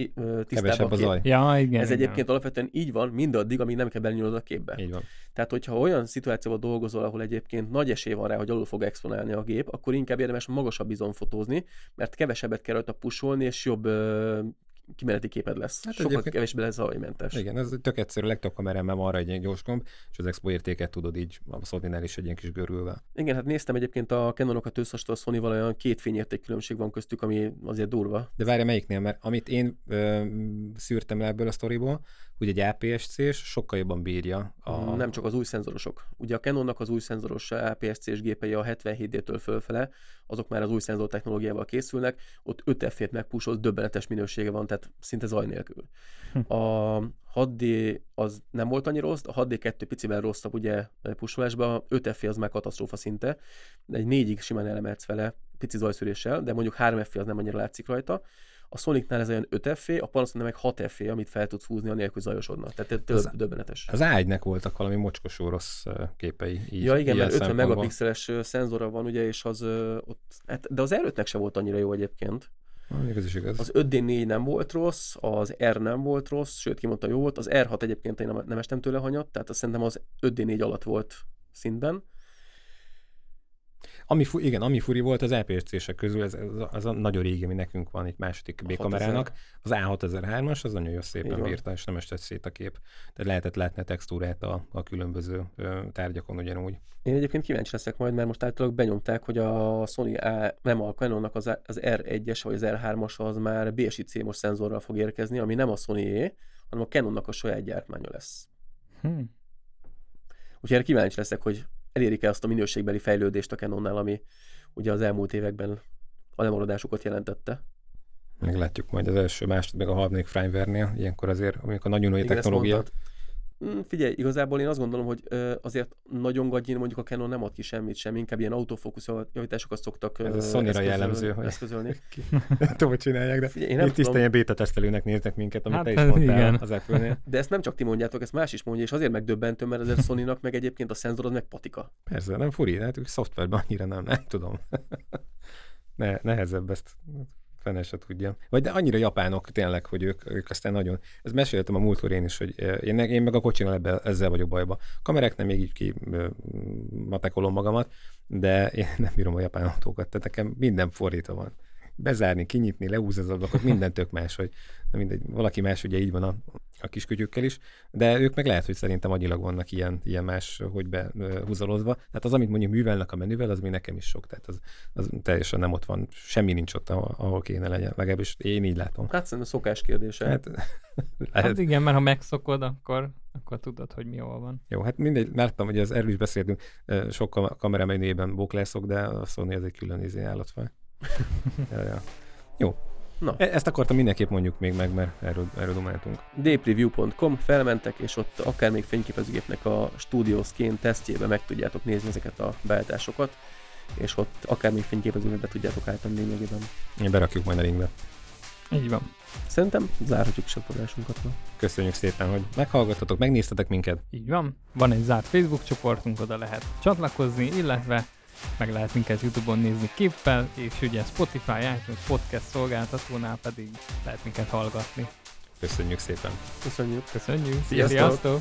tisztább a zaj. kép. Ja, igen, Ez igen. egyébként alapvetően így van mindaddig, amíg nem kell belenyúlnod a képbe. Így van. Tehát, hogyha olyan szituációban dolgozol, ahol egyébként nagy esély van rá, hogy alul fog exponálni a gép, akkor inkább érdemes magasabb bizon fotózni, mert kevesebbet kell rajta pusolni, és jobb ö, kimeneti képed lesz. Hát sokkal egyébként- kevésbé lesz zajmentes. Igen, ez tök egyszerű, legtöbb kamerában van arra egy ilyen gyors komp, és az expo értéket tudod így a Sony-nál is egy ilyen kis görülve. Igen, hát néztem egyébként a Canonokat összehasonlítva a Sony-val, olyan két fényérték különbség van köztük, ami azért durva. De várj, melyiknél? Mert amit én ö, szűrtem le ebből a sztoriból, hogy egy á pé es cés sokkal jobban bírja. A... A... Nem csak az új szenzorosok. Ugye a Canonnak az új szenzoros á pé es cés gépei a hetvenhét dé-től fölfele, azok már az új szenzor technológiával készülnek, ott öt ef pé-t megpusolt, döbbenetes minősége van, tehát szinte zaj nélkül. Hm. A hat dé az nem volt annyira rossz, a hat dé kettő picivel rosszabb ugye pusolásban, öt ef pé az már katasztrófa szinte, egy négyig simán elemelsz vele, pici zajszűréssel, de mondjuk három ef pé az nem annyira látszik rajta. A Sonicnál ez olyan öt ef pé, a Panasonic meg hat ef pé, amit fel tudsz húzni, anélkül zajosodna. Tehát több döbbenetes. Az á egynek voltak valami mocskosó rossz ö, képei. Így, Ja igen, ilyen mert ötven szempontból. megapixeles ö, szenzora van, ugye, és az ö, ott, hát, de az er ötnek se volt annyira jó egyébként. Ah, ez is igaz. Az öt dé négy nem volt rossz, az R nem volt rossz, sőt kimondta jó volt, az er hat egyébként én nem, nem estem tőle hanyat, tehát azt szerintem az öt dé négy alatt volt szintben. Ami, fu- igen, ami furi volt az á pé es cések közül, ez, ez a, az a nagyon régi, ami nekünk van itt második B-kamerának, az á hatezerhármas, az nagyon jó szépen bírta, és nem esett szét a kép. Tehát lehetett látni a textúrát a, a különböző ö, tárgyakon ugyanúgy. Én egyébként kíváncsi leszek majd, mert most általában benyomták, hogy a Sony A, nem a Canonnak az, az er egyes vagy az er hármas az már bé es i cé-mos szenzorral fog érkezni, ami nem a Sony-é, hanem a Canonnak a saját gyártmánya lesz. Hm. Úgyhogy erre kíváncsi leszek, hogy elérik-e azt a minőségbeli fejlődést a Canonnál, ami ugye az elmúlt években a lemaradásukat jelentette. Meglátjuk majd az első, második, meg a harmadik firmware-nél. Ilyenkor azért, amikor nagyon új Igen, ezt technológia. mondtad. Mm, Figyelj, igazából én azt gondolom, hogy ö, azért nagyon gagyin mondjuk a Canon nem ad ki semmit sem, inkább ilyen autofókusz javításokat szoktak ö, Ez a Sonyra eszközölni- jellemző, hogy- eszközölni. Tudom, hogy csinálják, de Figyelj, én nem itt tiszta tudom, ilyen beta tesztelőnek néznek minket, amit Hát te is ez mondtál igen. az Apple-nél. de ezt nem csak ti mondjátok, ezt más is mondja, és azért megdöbbentő, mert azért Sony-nak meg egyébként a szenzor az meg patika. Persze, nem furi, hát ők szoftverben annyira nem, nem tudom. ne, nehezebb ezt, fene se tudja. Vagy de annyira japánok tényleg, hogy ők, ők aztán nagyon... Ezt meséltem a múltkor én is, hogy én, én meg a kocsinál ebben, ezzel vagyok bajba. Kameráknál még így ki ö, matekolom magamat, de én nem bírom a japán autókat, tehát nekem minden fordítva van. Bezárni, kinyitni, lehúzni az ablakot, minden tök más, hogy na mindegy, valaki más ugye így van a, a kiskutyukkel is, de ők meg lehet, hogy szerintem agyilag vannak ilyen, ilyen más, hogy behúzalozva. Tehát az, amit mondjuk művelnek a menüvel, az még nekem is sok, tehát az, az teljesen nem ott van, semmi nincs ott, ahol, ahol kéne legyen, legalábbis én így látom. Hát szerintem szokás kérdése. Hát, Hát lehet, igen, mert ha megszokod, akkor, akkor tudod, hogy mi jól van. jó, hát mindegy, láttam, hogy az erről is beszéltünk, sok kam- kameramenüjében bóklászok, de a Sony az egy külön izé állatfaj. ja, ja. Jó. Na. E- Ezt akartam mindenképp mondjuk még meg, mert erről, erről domáltunk. dpreview pont com, felmentek, és ott akár még fényképezőgépnek a Studio Scan tesztjébe meg tudjátok nézni ezeket a beállításokat, és ott akár még fényképezőgépbe tudjátok állítani lényegében. Berakjuk majd a linkbe. Így van. Szerintem zárhatjuk is a adásunkat. Köszönjük szépen, hogy meghallgattatok, megnéztetek minket. Így van. Van egy zárt Facebook csoportunk, oda lehet csatlakozni, illetve meg lehet minket YouTube-on nézni képpel, és ugye Spotify, iTunes podcast szolgáltatónál pedig lehet minket hallgatni. Köszönjük szépen. Köszönjük! Köszönjük! Sziasztok! Sziasztok!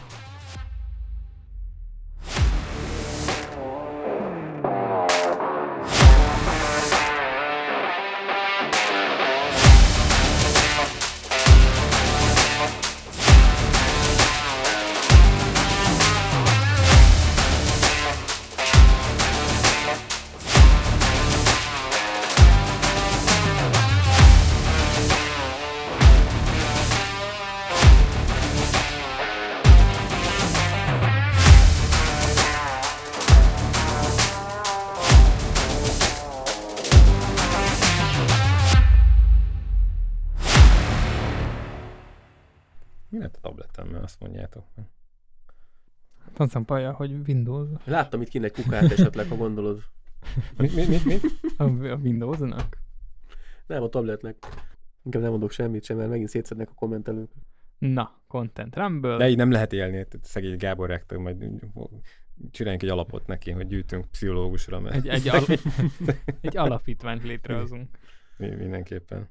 Mi lett a tabletemmel, azt mondjátok. Az a baja, hogy Windows. Láttam itt kint egy kukát esetleg, ha gondolod. Mi, mi, mi, mi? A, a Windowsnak? Nem, a tabletnek. Inkább nem mondok semmit sem, mert megint szétszednek a kommentelők. Na, Content Rumble. De így nem lehet élni, tehát szegény Gábor rektor, majd csináljunk egy alapot neki, hogy gyűjtünk pszichológusra, mert Egy, egy, al- egy alapítványt létrehozunk. mindenképpen.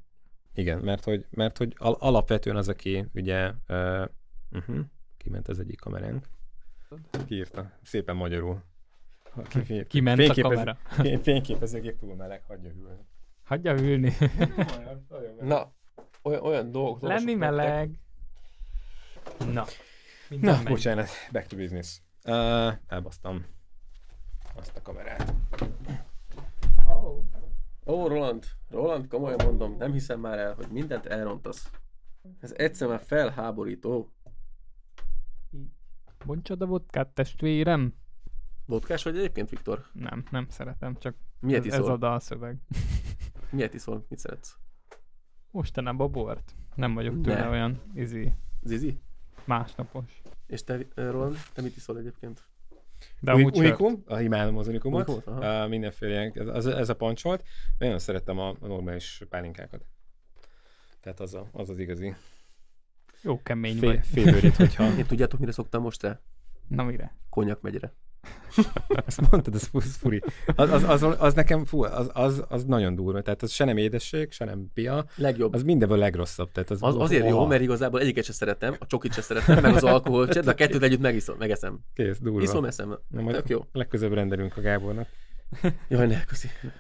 Igen, mert hogy, mert hogy al- alapvetően az, aki ugye uh, uh-huh, kiment az egyik kameránk. Kiírta. Szépen magyarul. Ki, Kiment a kamera. Fényképezőgép túl meleg, hagyja hűlni. Hagyja hűlni. Na, olyan, olyan dolgok. Lenni meleg. Na. Na, megy. Bocsánat, back to business. Uh, elbasztam azt a kamerát. Ó, oh, Roland, Roland, komolyan mondom, nem hiszem már el, hogy mindent elrontasz. Ez egyszer már felháborító. Bontsad a vodkát, testvérem. Vodkás vagy egyébként, Viktor? Nem, nem szeretem, csak Miért ez, iszol? ez a dalszöveg. Miért iszol? Mit szeretsz? Mostanában bort. Nem vagyok tőle ne. olyan izi. Zizi? Másnapos. És te, Roland, te mit iszol egyébként? De Uni- unikum, a imádom az unikumot, Unikumot, uh, mindenféle ilyen, ez, ez a pancsolt. Nagyon szerettem a, a normális pálinkákat. Tehát az a, az, az igazi. Jó kemény Fél, vagy. Félőrét, hogyha... Én tudjátok, mire szoktam most rá? Na mire? Konyak megyre. Azt mondtad, az, az furi. Az, az, az, az nekem, fú, az, az, az nagyon durva. Tehát az se nem édesség, se nem pia. Legjobb. Az mindenből legrosszabb. Tehát az, az, azért jó, mert igazából egyiket se szeretem, a csokit se szeretem, meg az alkoholt se, de a kettőt együtt megiszom, megeszem. Kész, durva. Iszom, eszem. Na, majd tök jó. legközelebb rendelünk a Gábornak. Jaj, ne, köszi.